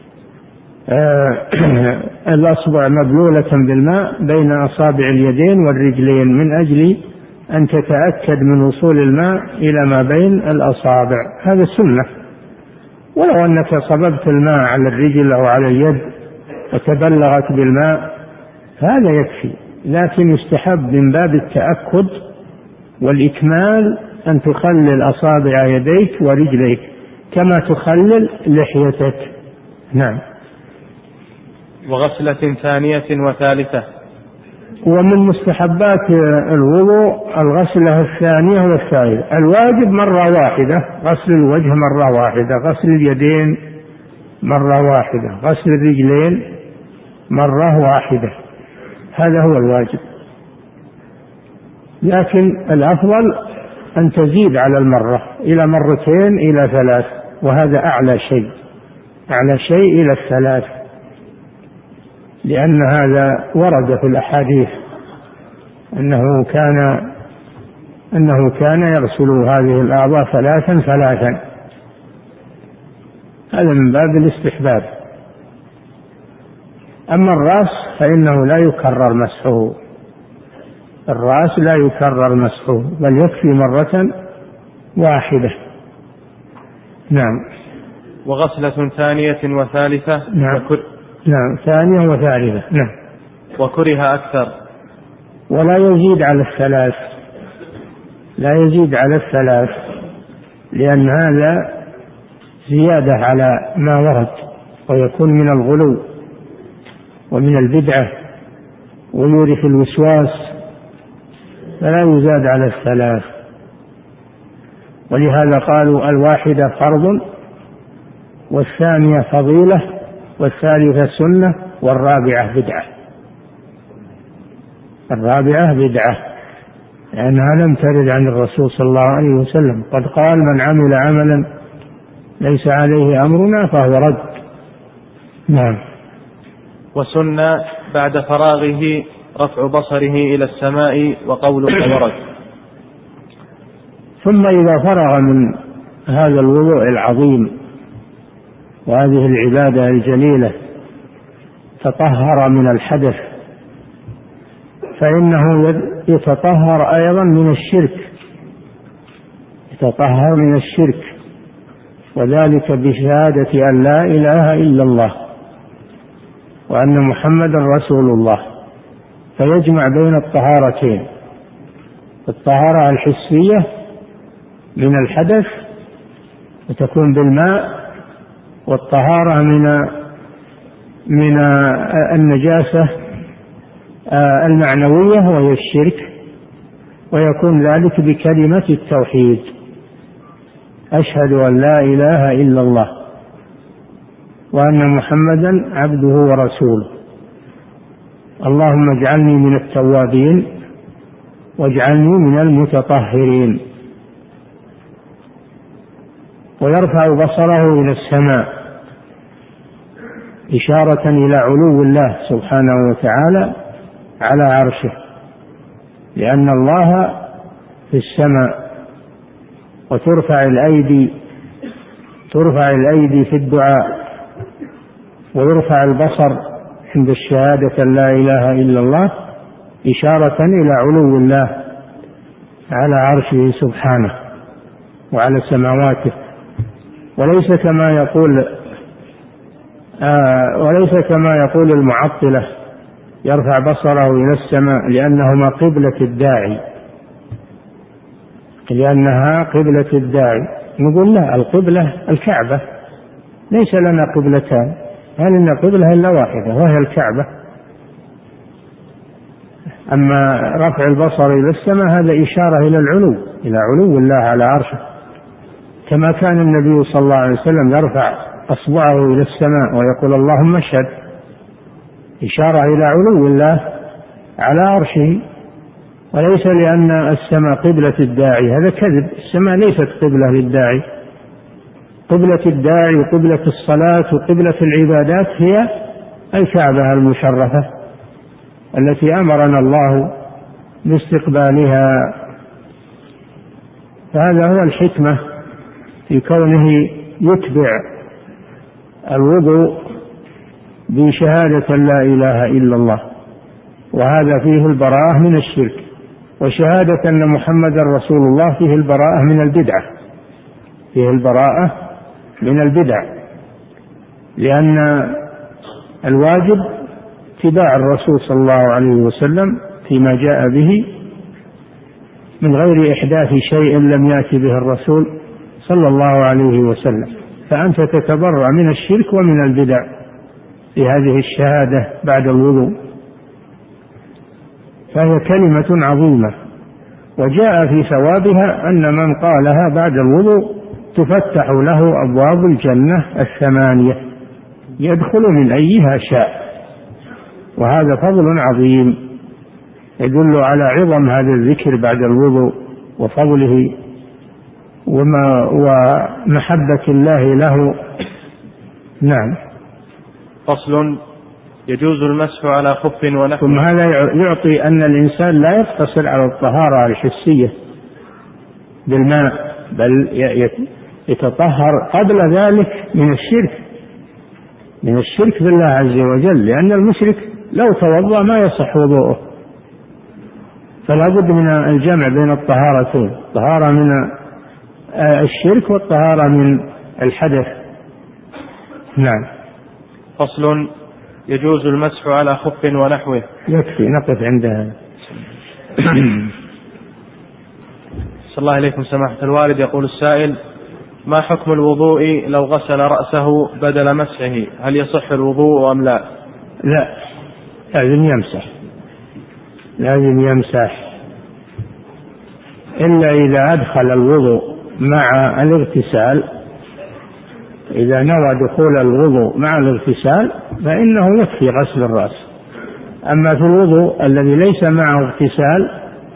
الأصبع مبلولة بالماء بين أصابع اليدين والرجلين من أجل أن تتأكد من وصول الماء إلى ما بين الأصابع، هذا سنة. ولو أنك صببت الماء على الرجل أو على اليد وتبلغت بالماء هذا يكفي، لكن يستحب من باب التأكد والإكمال أن تخلل أصابع يديك ورجليك كما تخلل لحيتك. نعم. وغسلة ثانية وثالثة. ومن مستحبات الوضوء الغسلة الثانية والثالثة. الواجب مرة واحدة، غسل الوجه مرة واحدة، غسل اليدين مرة واحدة، غسل الرجلين مرة واحدة، هذا هو الواجب. لكن الأفضل أن تزيد على المرة إلى مرتين إلى ثلاث، وهذا أعلى شيء، أعلى شيء إلى الثلاث، لأن هذا ورد في الأحاديث أنه كان يغسل هذه الأعضاء ثلاثا ثلاثا، هذا من باب الاستحباب. أما الرأس فإنه لا يكرر مسحه، الرأس لا يكرر مسحه بل يكفي مرة واحدة. نعم. وغسلة ثانية وثالثة. نعم. نعم، ثانية وثالثة. نعم. وكره أكثر. ولا يزيد على الثلاث، لا يزيد على الثلاث، لأن هذا زيادة على ما ورد، ويكون من الغلو ومن البدعة ويورث الوسواس، فلا يزاد على الثلاث. ولهذا قالوا الواحدة فرض، والثانية فضيلة، والثالثة سنة، والرابعة بدعة. الرابعة بدعة لأنها لم ترد عن الرسول صلى الله عليه وسلم، قد قال من عمل عملا ليس عليه أمرنا فهو رد. نعم. وسنة بعد فراغه رفع بصره إلى السماء وقوله ورد. ثم إذا فرغ من هذا الوضوء العظيم وهذه العبادة الجليلة تطهر من الحدث، فإنه يتطهر أيضا من الشرك، يتطهر من الشرك، وذلك بشهادة أن لا إله إلا الله وأن محمدا رسول الله، فيجمع بين الطهارتين، الطهارة الحسية من الحدث وتكون بالماء، والطهارة من النجاسة المعنوية وهي الشرك، ويكون ذلك بكلمة التوحيد أشهد أن لا إله إلا الله وأن محمدا عبده ورسوله، اللهم اجعلني من التوابين واجعلني من المتطهرين. ويرفع بصره إلى السماء إشارة إلى علو الله سبحانه وتعالى على عرشه، لأن الله في السماء. وترفع الأيدي في الدعاء، ويرفع البصر عند الشهادة لا إله إلا الله إشارة إلى علو الله على عرشه سبحانه وعلى سماواته، وليس كما يقول المعطلة يرفع بصره إلى السماء لأنها قبلة الداعي. نقول لا، القبلة الكعبة، ليس لنا قبلتان، هل لنا قبلة إلا واحدة وهي الكعبة. أما رفع البصر إلى السماء هذا إشارة إلى علو الله على عرشه، كما كان النبي صلى الله عليه وسلم يرفع أصبعه إلى السماء ويقول اللهم اشهد، إشارة إلى علو الله على عرشه، وليس لأن السماء قبلة الداعي، هذا كذب، السماء ليست قبلة للداعي، قبلة الداعي وقبلة الصلاة وقبلة العبادات هي الكعبة المشرفة التي أمرنا الله باستقبالها. فهذا هو الحكمة في كونه يتبع الوضوء بشهادة لا إله إلا الله، وهذا فيه البراءة من الشرك، وشهادة أن محمد رسول الله فيه البراءة من البدعة، فيه البراءة من البدع، لأن الواجب اتباع الرسول صلى الله عليه وسلم فيما جاء به من غير إحداث شيء لم يأتي به الرسول صلى الله عليه وسلم. فأنت تتبرأ من الشرك ومن البدع في هذه الشهادة بعد الوضوء، فهي كلمة عظيمة، وجاء في ثوابها أن من قالها بعد الوضوء تفتح له أبواب الجنة 8 يدخل من أيها شاء. وهذا فضل عظيم يدل على عظم هذا الذكر بعد الوضوء وفضله ومحبة الله له. نعم. فصل: يجوز المسح على خف ونحو. ثم هذا يعطي أن الإنسان لا يقتصر على الطهارة الحسية بالماء، بل يتطهر قبل ذلك من الشرك بالله عز وجل، لأن المشرك لو توضأ ما يصح وضوءه. فلا بد من الجمع بين الطهارتين، طهارة من الشرك والطهارة من الحدث. نعم. فصل: يجوز المسح على خف ونحوه. يكفي نقف عندها. صلى الله عليكم سماحة الوالد. يقول السائل: ما حكم الوضوء لو غسل رأسه بدل مسحه؟ هل يصح الوضوء أم لا؟ لا، لازم يمسح إلا إذا أدخل الوضوء مع الاغتسال. إذا نوى دخول الوضوء مع الاغتسال فإنه يكفي غسل الرأس. أما في الوضوء الذي ليس معه اغتسال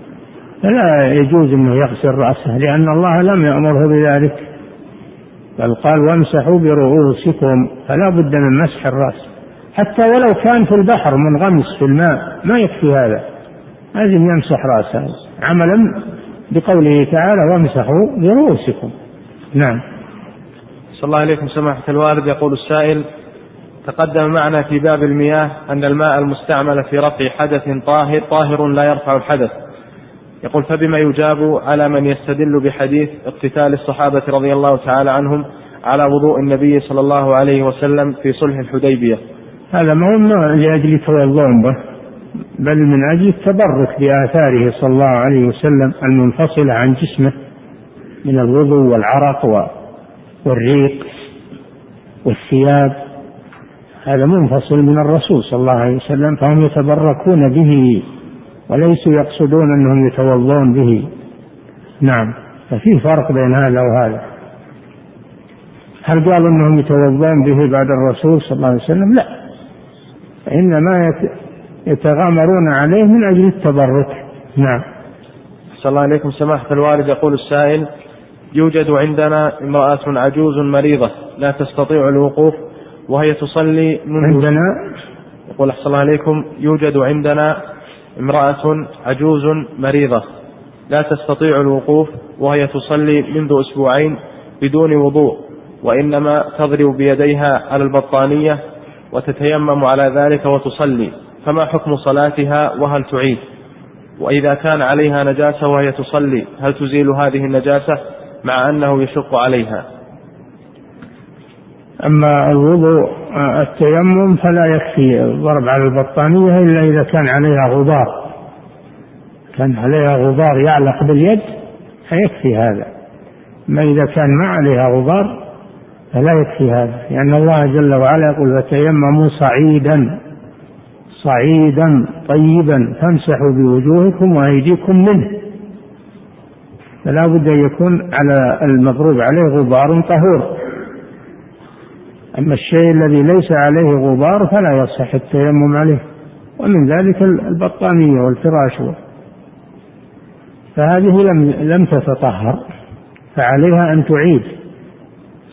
فلا يجوز أنه يغسل رأسه، لأن الله لم يأمره بذلك، بل قال: وامسحوا برؤوسكم. فلا بد من مسح الرأس، حتى ولو كان في البحر منغمس في الماء ما يكفي هذا، لازم يمسح رأسه عملا بقوله تعالى: وامسحوا برؤوسكم. نعم. صلى الله عليكم سماحة الوالد. يقول السائل: تقدم معنا في باب المياه أن الماء المستعمل في رفع حدث طاهر لا يرفع الحدث. يقول: فبما يجاب على من يستدل بحديث اقتتال الصحابة رضي الله تعالى عنهم على وضوء النبي صلى الله عليه وسلم في صلح الحديبية؟ هذا ما هو لأجل توضؤ به، بل من أجل التبرك بآثاره صلى الله عليه وسلم المنفصلة عن جسمه من الوضوء والعرق والريق والثياب، هذا منفصل من الرسول صلى الله عليه وسلم، فهم يتبركون به وليسوا يقصدون أنهم يتوضون به. نعم. ففي فرق بين هذا وهذا. هل قالوا أنهم يتوضون به بعد الرسول صلى الله عليه وسلم؟ لا، إنما يتغامرون عليه من أجل التبرك. نعم. صلى الله عليكم سماحة الوالد. يقول السائل: يوجد عندنا امرأة عجوز مريضة لا تستطيع الوقوف وهي تصلي عندنا. يقول: أحسن الله عليكم، يوجد عندنا امرأة عجوز مريضة لا تستطيع الوقوف وهي تصلي منذ أسبوعين بدون وضوء، وإنما تضرب بيديها على البطانية وتتيمم على ذلك وتصلي، فما حكم صلاتها وهل تعيد؟ وإذا كان عليها نجاسة وهي تصلي هل تزيل هذه النجاسة مع أنه يشق عليها؟ أما الوضوء التيمم فلا يكفي الضرب على البطانية إلا إذا كان عليها غبار يعلق باليد فيكفي هذا، ما إذا كان ما عليها غبار فلا يكفي هذا، لأن الله جل وعلا يقول: فتيمموا صعيدا طيبا فامسحوا بوجوهكم وأيديكم منه. فلا بد أن يكون على المضروب عليه غبار طهور. أما الشيء الذي ليس عليه غبار فلا يصح التيمم عليه، ومن ذلك البطانية والفراش، فهذه لم تتطهر، فعليها أن تعيد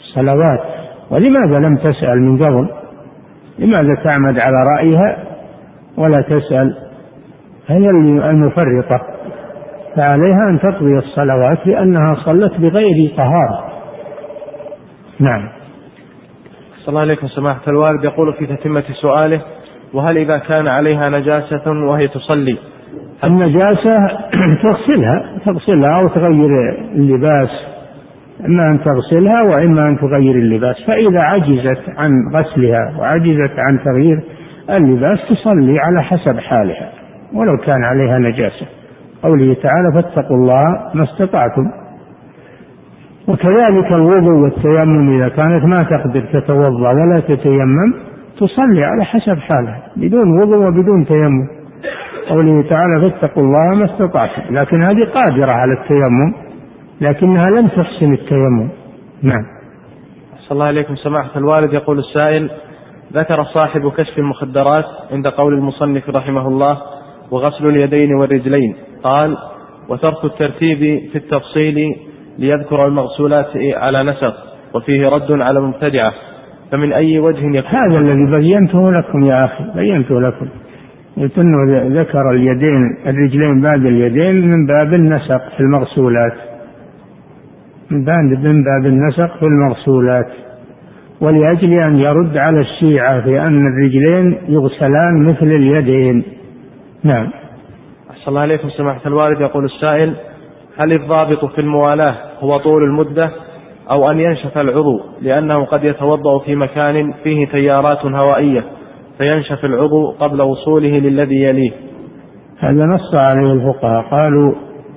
الصلوات. ولماذا لم تسأل من قبل؟ لماذا تعمد على رأيها ولا تسأل؟ هي المفرطة، فعليها أن تقضي الصلوات لأنها صلت بغير طهارة. نعم. صلى الله عليكم سماحة الوالد. يقول في تتمة سؤاله: وهل إذا كان عليها نجاسة وهي تصلي؟ النجاسة تغسلها أو تغير اللباس، إما أن تغسلها وإما أن تغير اللباس. فإذا عجزت عن غسلها وعجزت عن تغيير اللباس تصلي على حسب حالها ولو كان عليها نجاسة. قوله تعالى: فاتقوا الله ما استطعتم. وكذلك الوضوء والتيمم، إذا كانت ما تقدر تتوضأ ولا تتيمم تصلي على حسب حالها بدون وضوء وبدون تيمم. قوله تعالى: فاتقوا الله ما استطعتم. لكن هذه قادرة على التيمم لكنها لم تحسن التيمم. نعم. صلى الله عليكم سماحة الوالد. يقول السائل: ذكر صاحب كشف المخدرات عند قول المصنف رحمه الله: وغسل اليدين والرجلين، قال: وترك الترتيب في التفصيل ليذكر المغسولات على نسق، وفيه رد على المبتدعة، فمن أي وجه يكون؟ هذا الذي بينته لكم يا أخي، بينته لكم. قلت أنه ذكر الرجلين بعد اليدين من باب النسق في المغسولات، من باب النسق في المغسولات، ولأجل أن يرد على الشيعة في أن الرجلين يغسلان مثل اليدين. نعم. أحسن الله عليكم سماحة الوالد. يقول السائل: هل الضابط في الموالاة هو طول المدة أو أن ينشف العضو؟ لأنه قد يتوضأ في مكان فيه تيارات هوائية فينشف العضو قبل وصوله للذي يليه. هذا نص عليه الفقهاء، قالوا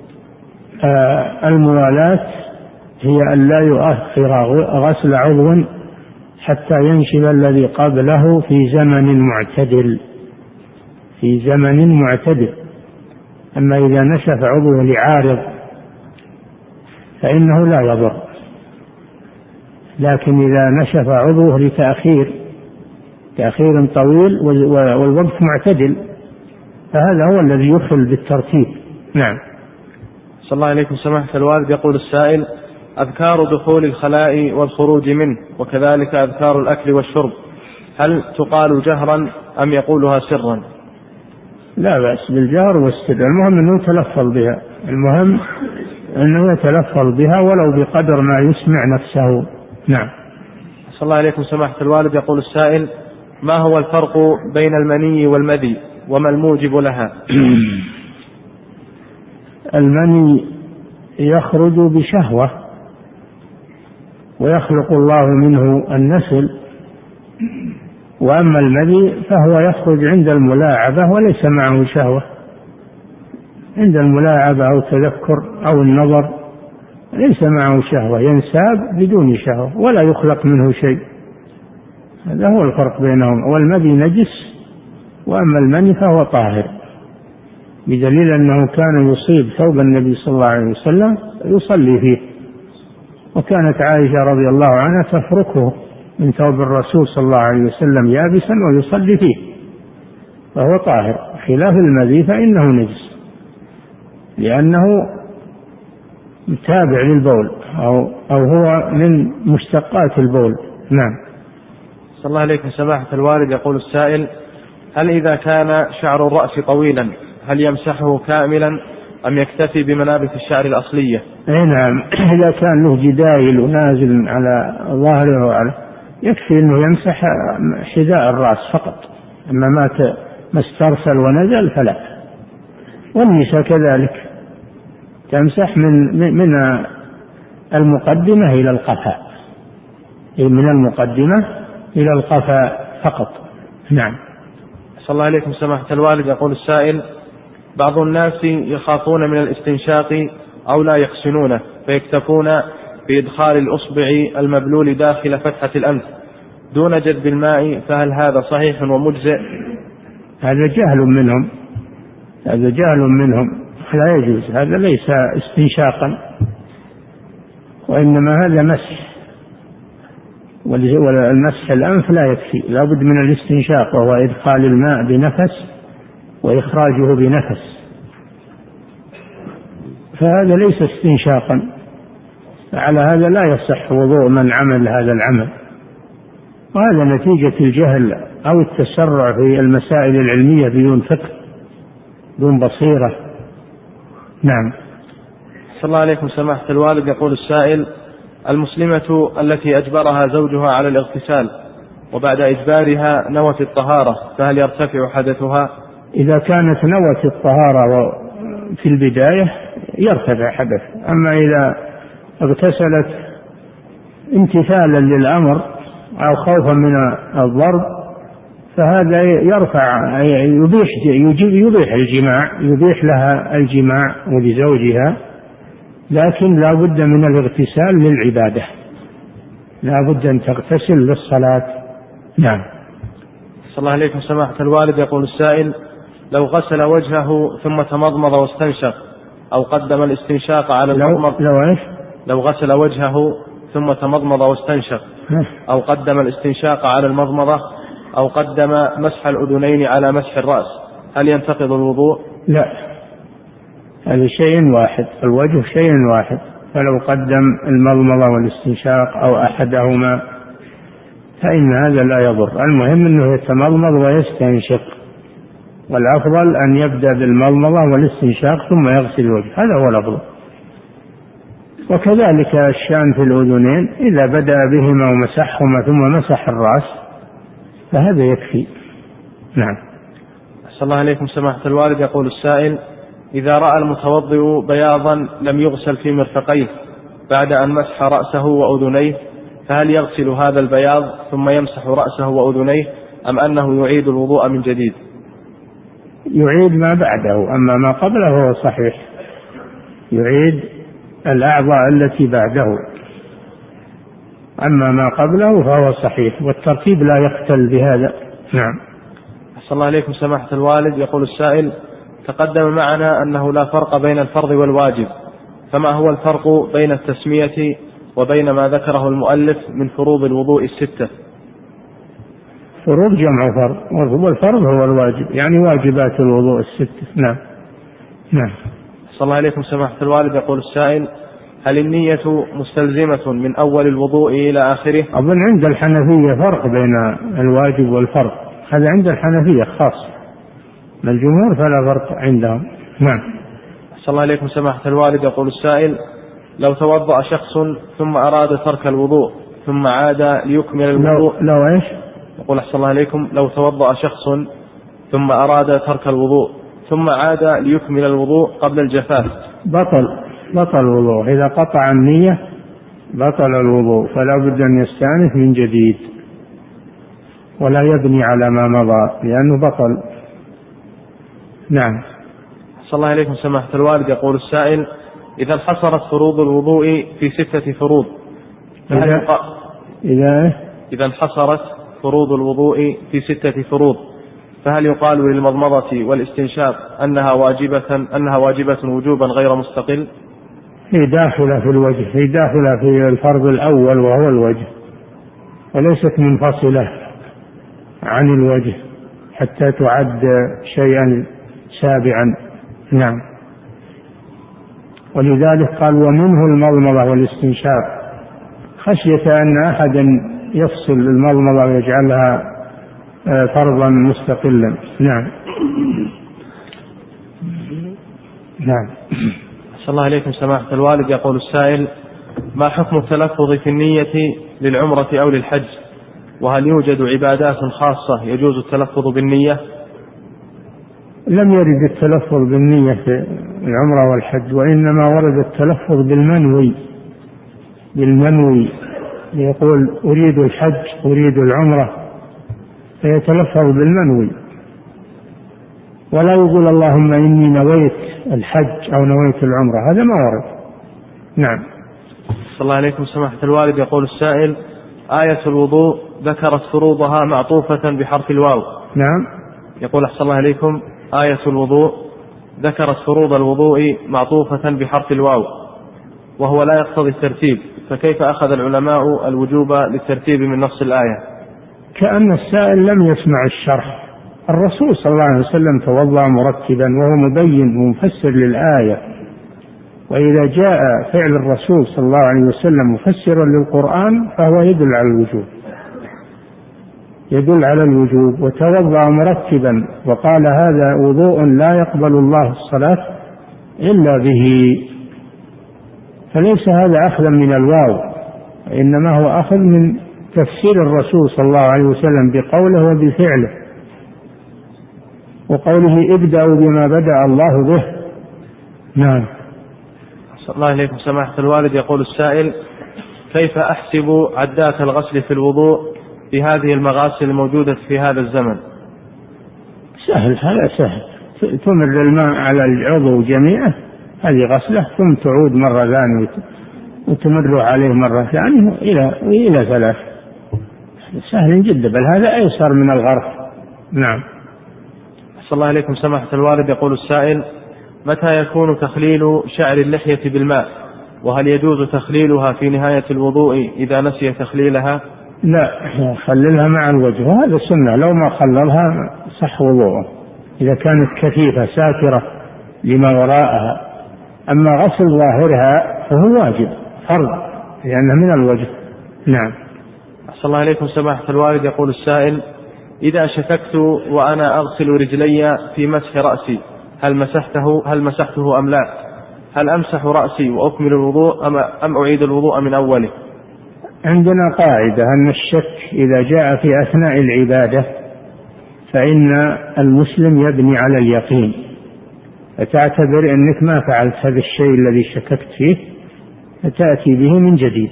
الموالاة هي أن لا يؤخر غسل عضو حتى ينشف الذي قبله في زمن معتدل. أما إذا نشف عضو لعارض فإنه لا يضر، لكن إذا نشف عضوه تأخير طويل والوقت معتدل فهذا هو الذي يخل بالترتيب. نعم. صلى الله عليكم سماحة الوالد. يقول السائل: أذكار دخول الخلاء والخروج منه وكذلك أذكار الأكل والشرب، هل تقال جهرا أم يقولها سرا؟ لا بأس بالجهر والسر، المهم أنه يتلفظ بها ولو بقدر ما يسمع نفسه. نعم. صلى الله عليكم سماحة الوالد. يقول السائل: ما هو الفرق بين المني والمذي وما الموجب لها؟ المني يخرج بشهوة ويخلق الله منه النسل، وأما المذي فهو يخرج عند الملاعبة وليس معه شهوة، عند الملاعبة أو تذكر أو النظر ليس معه شهوة، ينساب بدون شهوة ولا يخلق منه شيء. هذا هو الفرق بينهم. والمذي نجس وأما المني فهو طاهر، بدليل أنه كان يصيب ثوب النبي صلى الله عليه وسلم يصلي فيه، وكانت عائشة رضي الله عنها تفركه من ثوب الرسول صلى الله عليه وسلم يابسا ويصلي فيه، فهو طاهر، خلاف المذي فإنه نجس لأنه تابع للبول أو هو من مشتقات البول. نعم. صلى الله عليكم سماحة الوالد. يقول السائل: هل إذا كان شعر الرأس طويلا هل يمسحه كاملا أم يكتفي بمنابت الشعر الأصلية؟ نعم، إذا كان له جدايل ونازل على ظاهره يكفي أنه يمسح حذاء الرأس فقط، أما ما استرسل ونزل فلا. والنساء كذلك تمسح من المقدمة إلى القفاء، من المقدمة إلى القفاء فقط. نعم. صلى الله عليكم سماحة الوالد. يقول السائل: بعض الناس يخافون من الاستنشاق أو لا يحسنونه فيكتفون بإدخال الأصبع المبلول داخل فتحة الأنف دون جذب الماء، فهل هذا صحيح ومجزئ؟ هذا جهل منهم، لا يجوز، هذا ليس استنشاقا وإنما هذا مسح، والمسح الأنف لا يكفي، لا بد من الاستنشاق وهو إدخال الماء بنفس وإخراجه بنفس، فهذا ليس استنشاقا. على هذا لا يصح وضوء من عمل هذا العمل، وهذا نتيجة الجهل أو التسرع في المسائل العلمية بدون فقه بدون بصيرة. نعم. صلى الله عليكم سماحة الوالد. يقول السائل: المسلمة التي أجبرها زوجها على الاغتسال وبعد إجبارها نوت الطهارة، فهل يرتفع حدثها؟ إذا كانت نوت الطهارة في البداية يرتفع حدث، أما إذا اغتسلت امتثالا للأمر أو خوفا من الضرب فهذا يرفع يبيح الجماع، يبيح لها الجماع ولزوجها، لكن لا بد من الاغتسال للعبادة، لا بد أن تغتسل للصلاة. نعم. صلى الله عليكم سماحة الوالد. يقول السائل: لو غسل وجهه ثم تمضمض واستنشق أو قدم الاستنشاق على المضمضة. لو غسل وجهه ثم تمضمض واستنشق أو قدم الاستنشاق على المضمضة أو قدم مسح الأذنين على مسح الرأس، هل ينتقض الوضوء؟ لا، هذا شيء واحد، الوجه شيء واحد، فلو قدم المضمضة والاستنشاق أو أحدهما فإن هذا لا يضر، المهم أنه يتمضمض ويستنشق، والأفضل أن يبدأ بالمضمضة والاستنشاق ثم يغسل الوجه، هذا هو الأفضل. وكذلك الشأن في الأذنين، إذا بدأ بهما ومسحهما ثم مسح الرأس فهذا يكفي. نعم. أحسن الله عليكم سماحة الوالد. يقول السائل: إذا رأى المتوضئ بياضا لم يغسل في مرفقيه بعد أن مسح رأسه وأذنيه، فهل يغسل هذا البياض ثم يمسح رأسه وأذنيه أم أنه يعيد الوضوء من جديد؟ يعيد ما بعده، أما ما قبله هو صحيح، يعيد الأعضاء التي بعده، أما ما قبله فهو صحيح، والترتيب لا يختل بهذا. نعم. أحسن الله عليكم سماحة الوالد. يقول السائل: تقدم معنا أنه لا فرق بين الفرض والواجب، فما هو الفرق بين التسمية وبين ما ذكره المؤلف من فروض الوضوء الستة؟ فروض جمع فرض، والفرض هو الواجب، يعني واجبات الوضوء الستة. نعم. نعم. أحسن الله عليكم سماحة الوالد. يقول السائل: هل النية مستلزمة من أول الوضوء إلى آخره؟ أظن عند الحنفية فرق بين الواجب والفرض، هذا عند الحنفية خاص، من الجمهور فلا فرق عندهم. نعم. أحسن الله عليكم سماحة الوالد. يقول السائل: لو توضأ شخص ثم أراد ترك الوضوء ثم عاد ليكمل الوضوء. لو إيش؟ يقول أحسن الله عليكم: لو توضأ شخص ثم أراد ترك الوضوء ثم عاد ليكمل الوضوء قبل الجفاف، بطل الوضوء، إذا قطع النية بطل الوضوء، فلا بد أن يستأنف من جديد ولا يبني على ما مضى لأنه بطل. نعم. صلى الله عليكم سماحة الوالد. يقول السائل: إذا انحصرت فروض الوضوء في 6 فروض، إذا انحصرت فروض الوضوء في 6 فروض، فهل يقال للمضمضة والاستنشاق أنها واجبة وجوبا غير مستقل؟ هي داخلة في الوجه، هي داخلة في الفرض الأول وهو الوجه، وليست منفصلة عن الوجه حتى تعد شيئا سابعا. نعم. ولذلك قال: ومنه المضمضة والاستنشاق، خشية أن أحدا يفصل المضمضة ويجعلها فرضا مستقلا. نعم. نعم. صلى الله عليكم سماحة الوالد. يقول السائل: ما حكم التلفظ في النية للعمرة أو للحج؟ وهل يوجد عبادات خاصة يجوز التلفظ بالنية؟ لم يرد التلفظ بالنية في العمرة والحج، وإنما ورد التلفظ بالمنوي، يقول أريد الحج أريد العمرة، فيتلفظ بالمنوي، ولا يقول اللهم إني نويت الحج أو نويت العمرة، هذا ما ورد. نعم. صلى الله عليكم سماحة الوالد. يقول السائل: آية الوضوء ذكرت فروضها معطوفة بحرف الواو. نعم. يقول أحسن الله عليكم: آية الوضوء ذكرت فروض الوضوء معطوفة بحرف الواو وهو لا يقتضي الترتيب، فكيف أخذ العلماء الوجوب للترتيب من نص الآية؟ كأن السائل لم يسمع الشرح، الرسول صلى الله عليه وسلم توضأ مرتبا وهو مبين ومفسر للآية، وإذا جاء فعل الرسول صلى الله عليه وسلم مفسرا للقرآن فهو يدل على الوجوب، يدل على الوجوب. وتوضأ مرتبا وقال هذا وضوء لا يقبل الله الصلاة إلا به، فليس هذا أخذا من الواو، إنما هو أخذ من تفسير الرسول صلى الله عليه وسلم بقوله وبفعله، وقوله ابدأوا بما بدأ الله به. نعم. صلى الله عليكم سماحة الوالد. يقول السائل: كيف أحسب عدات الغسل في الوضوء في هذه المغاسل الموجودة في هذا الزمن؟ سهل، هذا سهل. تمر الماء على العضو جميعه، هذه غسلة، ثم تعود مرة ثانية وتمر عليه مرة ثانية إلى 3. سهل جدا، بل هذا أيسر من الغرف. نعم. صلى الله عليكم سماحة الوالد. يقول السائل: متى يكون تخليل شعر اللحية بالماء؟ وهل يجوز تخليلها في نهاية الوضوء إذا نسي تخليلها؟ لا، خللها مع الوجه، وهذا سنة، لو ما خللها صح وضوءه إذا كانت كثيفة ساترة لما وراءها. أما غسل ظاهرها فهو واجب فرض لأنه من الوجه. نعم. صلى الله عليكم سماحة الوالد. يقول السائل: إذا شككت وأنا أغسل رجلي في مسح رأسي هل مسحته أم لا؟ هل أمسح رأسي وأكمل الوضوء أم أعيد الوضوء من أوله؟ عندنا قاعدة أن الشك إذا جاء في أثناء العبادة فإن المسلم يبني على اليقين، فتعتبر أنك ما فعلت هذا الشيء الذي شككت فيه فتأتي به من جديد.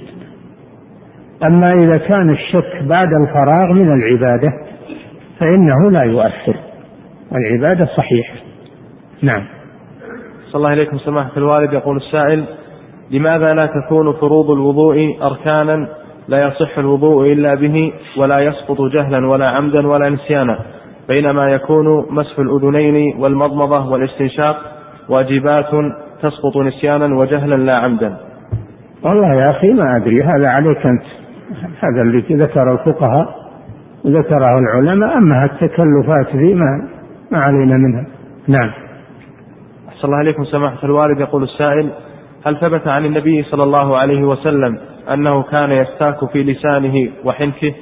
أما إذا كان الشك بعد الفراغ من العبادة فإنه لا يؤثر والعبادة صحيحة. نعم. صلى الله عليكم سماحة الوالد. يقول السائل: لماذا لا تكون فروض الوضوء أركانا لا يصح الوضوء إلا به ولا يسقط جهلا ولا عمدا ولا نسيانا، بينما يكون مسح الأذنين والمضمضة والاستنشاق واجبات تسقط نسيانا وجهلا لا عمدا؟ والله يا أخي ما أدري، هذا عليك أنت، هذا اللي ذكر الفقهاء وذكره العلماء، أما التكلفات ذي ما علينا منها. نعم. صلى الله عليكم سماحة الوالد. يقول السائل: هل ثبت عن النبي صلى الله عليه وسلم أنه كان يستاك في لسانه وحنكه؟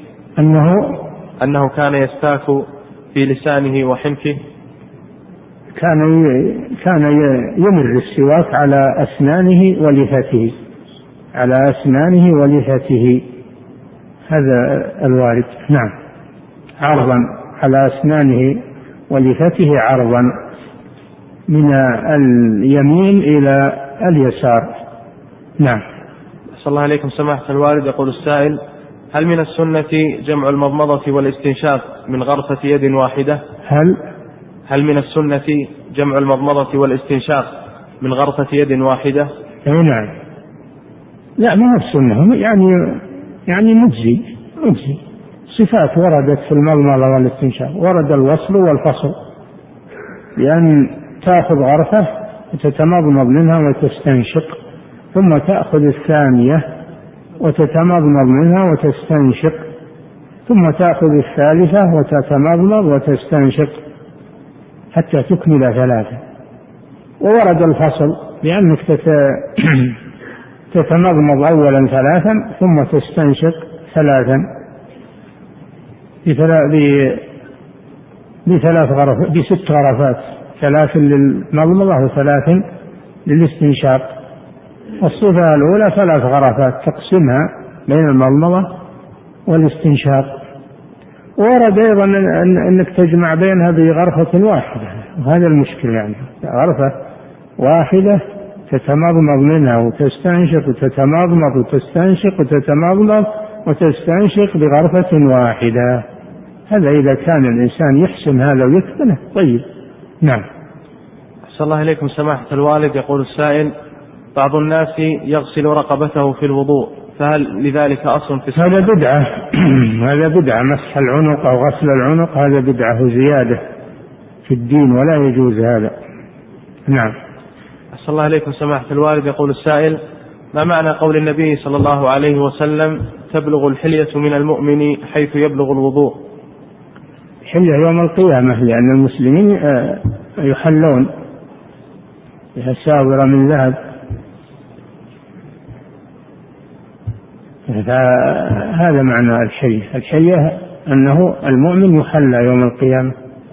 أنه كان يستاك في لسانه وحنكه؟ كان يمر السواك على أسنانه ولثته، على أسنانه ولثته، هذا الوارد. نعم. عرضا على أسنانه ولثته، عرضا من اليمين إلى اليسار. نعم. صلى الله عليكم سماحة الوالد. يقول السائل: هل من السنة جمع المضمضة والاستنشاق من غرفة يد واحدة؟ هل من السنة جمع المضمضة والاستنشاق من غرفة يد واحدة؟ نعم. لا، ما هو السنة، يعني مجزي. صفات وردت في المضمضة والاستنشاق، ورد الوصل والفصل، لأن تأخذ غرفة وتتمضمض منها وتستنشق، ثم تأخذ الثانية وتتمضمض منها وتستنشق، ثم تأخذ الثالثة وتتمضمض وتستنشق حتى تكمل 3. وورد الفصل بأنك تتمضمض أولا 3 ثم تستنشق 3 ب6 غرفات، 3 للمضمضة و3 للاستنشاق. والصفة الأولى 3 غرفات تقسمها بين المضمضة والاستنشاق. ورد أيضا أنك تجمع بينها بغرفة واحدة، وهذا المشكلة، يعني غرفة واحدة تتمضمض منها وتستنشق وتتمضمض وتستنشق وتتمضمض وتستنشق بغرفة واحدة. هذا إذا كان الإنسان يحسن هذا ويتقنه. طيب. نعم. صلى الله عليكم سماحة الوالد. يقول السائل: بعض الناس يغسل رقبته في الوضوء، فهل لذلك أصل في السنة؟ هذا بدعة. هذا بدعة، مسح العنق أو غسل العنق هذا بدعة وزيادة في الدين ولا يجوز هذا. نعم. صلى الله عليكم سماحة الوالد. يقول السائل: ما معنى قول النبي صلى الله عليه وسلم: تبلغ الحلية من المؤمن حيث يبلغ الوضوء؟ الحلية يوم القيامة، لأن المسلمين يحلون بأساور من ذهب فهذا معنى الحلية. الحلية أنه المؤمن يحلى يوم القيامة،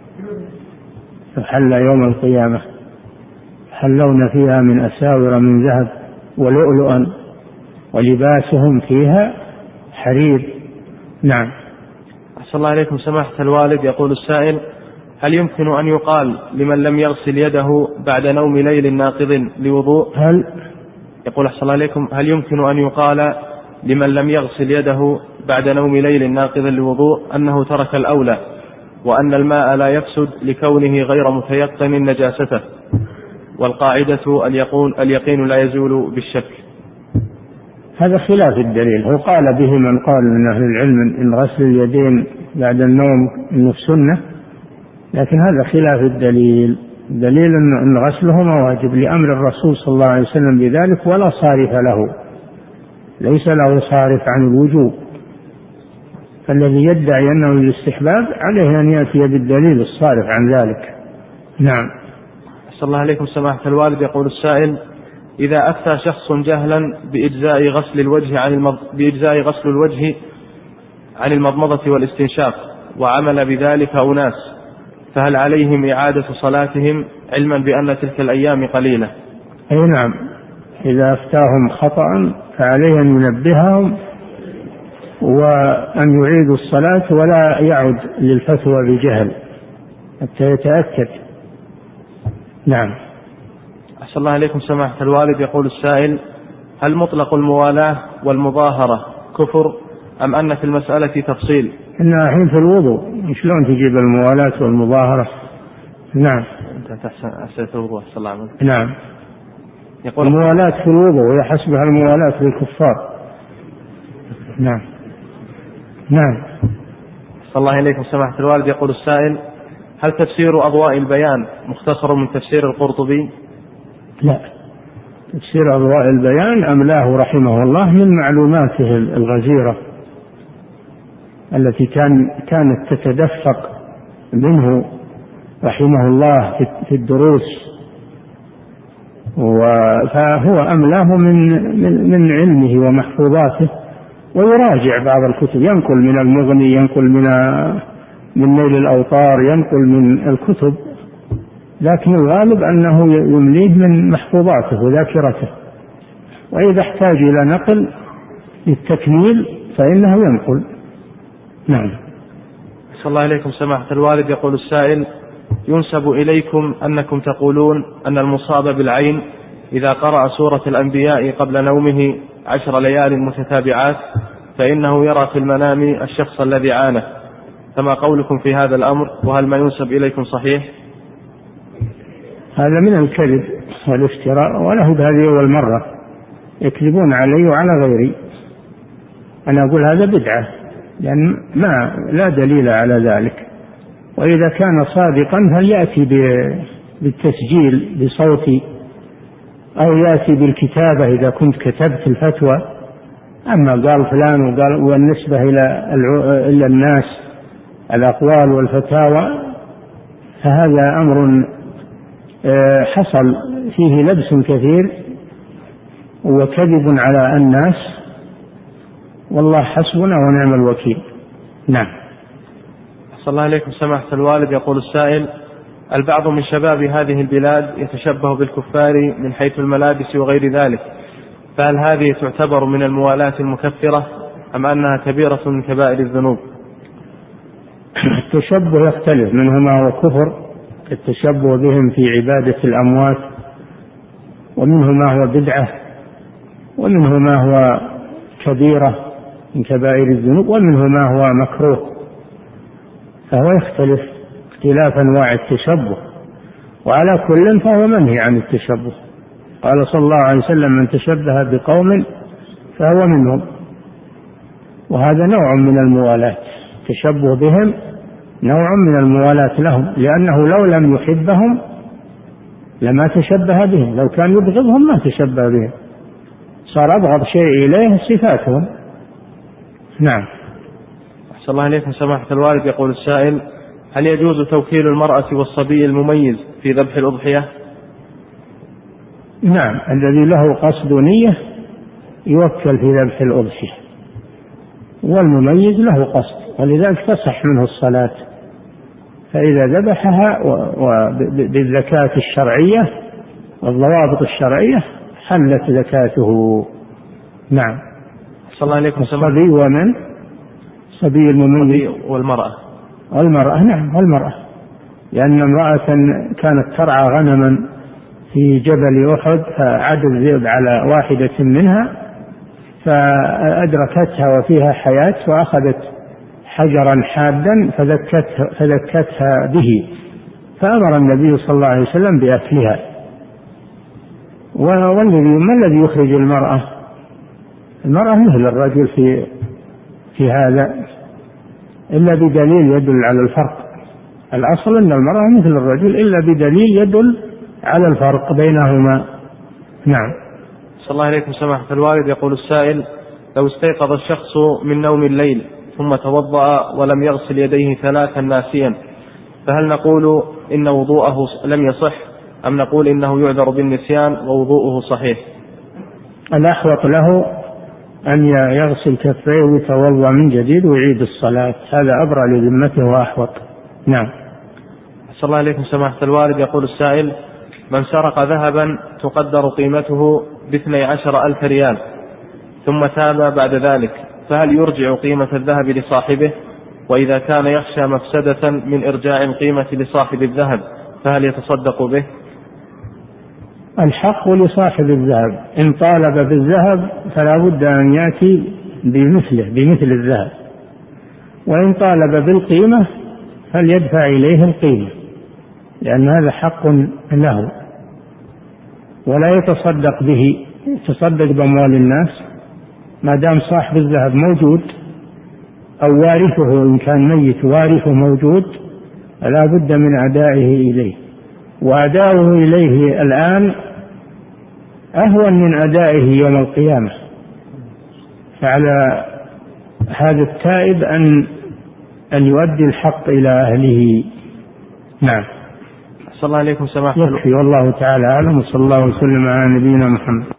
يحلى يوم القيامة، حلون فيها من أساور من ذهب ولؤلؤا ولباسهم فيها حرير. نعم. أحسن الله عليكم سماحة الوالد. يقول السائل: هل يمكن أن يقال لمن لم يغسل يده بعد نوم ليل ناقض لوضوء؟ يقول أحسن الله عليكم: هل يمكن أن يقال لمن لم يغسل يده بعد نوم ليل ناقض لوضوء أنه ترك الأولى، وأن الماء لا يفسد لكونه غير متيقن نجاسته، والقاعدة اليقين لا يزول بالشك؟ هذا خلاف الدليل. هو قال به من قال من أهل العلم إن غسل اليدين بعد النوم إنه سنة، لكن هذا خلاف الدليل. دليل أن غسلهما واجب لأمر الرسول صلى الله عليه وسلم بذلك، ولا صارف له، ليس له صارف عن الوجوب. فالذي يدعي أنه الاستحباب عليه أن يأتي بالدليل الصارف عن ذلك. نعم. أحسن الله عليكم سماحة الوالد. يقول السائل: إذا أفتى شخص جهلا بإجزاء غسل الوجه عن المضمضة والاستنشاق وعمل بذلك أناس، فهل عليهم إعادة صلاتهم علما بأن تلك الأيام قليلة؟ أي نعم، إذا أفتاهم خطأ فعليه أن ينبههم وأن يعيدوا الصلاة ولا يعد للفتوى بجهل حتى يتأكد. نعم. أحسن الله عليكم سماحة الوالد. يقول السائل: هل مطلق الموالاة والمظاهرة كفر أم أن في المسألة تفصيل؟ إنها الحين في الوضوء، شلون تجيب الموالاة والمظاهرة؟ نعم. أنت أحسن الوضوء. أحسن الله عليك. نعم. يقول الموالاة في الوضوء ويحسبها الموالاة للكفار. نعم. نعم. أحسن الله عليكم سماحة الوالد. يقول السائل: هل تفسير أضواء البيان مختصر من تفسير القرطبي؟ لا، تفسير أضواء البيان أملاه رحمه الله من معلوماته الغزيرة التي كانت تتدفق منه رحمه الله في الدروس، فهو أملاه من علمه ومحفوظاته، ويراجع بعض الكتب، ينقل من المغني، ينقل من نيل الأوطار، ينقل من الكتب، لكن الغالب أنه يمليه من محفوظاته وذاكرته، وإذا احتاج إلى نقل للتكميل فإنه ينقل. نعم. صلى الله عليكم سماحة الوالد. يقول السائل: ينسب إليكم أنكم تقولون أن المصاب بالعين إذا قرأ سورة الأنبياء قبل نومه 10 ليال متتابعات فإنه يرى في المنام الشخص الذي عانه، فما قولكم في هذا الأمر؟ وهل ما ينسب إليكم صحيح؟ هذا من الكذب والافتراء، وله هذه أول مرة يكذبون علي وعلى غيري. أنا أقول هذا بدعة، لأن لا دليل على ذلك. وإذا كان صادقا فليأتي بالتسجيل بصوتي، أو يأتي بالكتابة إذا كنت كتبت الفتوى. أما قال فلان وقال، والنسبة إلى الناس الأقوال والفتاوى، فهذا أمر حصل فيه لبس كثير وكذب على الناس، والله حسبنا ونعم الوكيل. نعم. صلى الله عليكم سماحة الوالد. يقول السائل: البعض من شباب هذه البلاد يتشبه بالكفار من حيث الملابس وغير ذلك، فهل هذه تعتبر من الموالاة المكفرة أم أنها كبيرة من كبائر الذنوب؟ التشبه يختلف، منه ما هو كفر التشبه بهم في عبادة الأموات، ومنه ما هو بدعة، ومنه ما هو كبيرة من كبائر الذنوب، ومنه ما هو مكروه، فهو يختلف اختلاف أنواع التشبه، وعلى كل فهو منهي عن التشبه. قال صلى الله عليه وسلم: من تشبه بقوم فهو منهم. وهذا نوع من الموالاة، التشبه بهم نوع من الموالاة لهم، لأنه لو لم يحبهم لما تشبه بهم، لو كان يبغضهم ما تشبه بهم، صار أبغض شيء إليه صفاتهم. نعم. أحسن الله عليكم سماحة الوالد. يقول السائل: هل يجوز توكيل المرأة والصبي المميز في ذبح الأضحية؟ نعم، الذي له قصد نية يوكل في ذبح الأضحية، والمميز له قصد، ولذلك تصح منه الصلاة. فإذا ذبحها بالزكاة الشرعية والضوابط الشرعية حلت زكاته. نعم. صلى الله عليكم. الصبي ومن صبي المميز والمرأة. نعم، والمرأة، لأن امرأة كانت ترعى غنما في جبل أحد فعدى الذئب على واحدة منها فأدركتها وفيها حياة وأخذت حجرا حادا فذكتها به، فأمر النبي صلى الله عليه وسلم بأكلها. ما الذي يخرج المرأة؟ المرأة مثل الرجل في هذا، إلا بدليل يدل على الفرق. الأصل أن المرأة مثل الرجل إلا بدليل يدل على الفرق بينهما. نعم. صلى الله عليكم سماحة الوالد. يقول السائل: لو استيقظ الشخص من نوم الليل ثم توضأ ولم يغسل يديه 3 ناسيا، فهل نقول إن وضوءه لم يصح، أم نقول إنه يعذر بالنسيان ووضوءه صحيح؟ الأحوط له أن يغسل كفيه ويتوضأ من جديد ويعيد الصلاة، هذا أبرأ لذمته وأحوط. نعم. صلى الله عليكم سماحة الوالد. يقول السائل: من سرق ذهبا تقدر قيمته ب12,000 ريال ثم تاب بعد ذلك، فهل يرجع قيمة الذهب لصاحبه؟ وإذا كان يخشى مفسدة من إرجاع القيمة لصاحب الذهب فهل يتصدق به؟ الحق لصاحب الذهب، إن طالب بالذهب فلا بد أن يأتي بمثل الذهب، وإن طالب بالقيمة فليدفع إليه القيمة، لأن هذا حق له، ولا يتصدق به، يتصدق بأموال الناس ما دام صاحب الذهب موجود أو وارثه، إن كان ميت وارثه موجود فلا بد من أدائه إليه، وأداؤه إليه الآن أهون من أدائه يوم القيامة. فعلى هذا التائب أن يؤدي الحق إلى أهله. نعم. صلى الله عليكم سماحة. يكفي، والله تعالى أعلم، وصلى الله وسلم على نبينا محمد.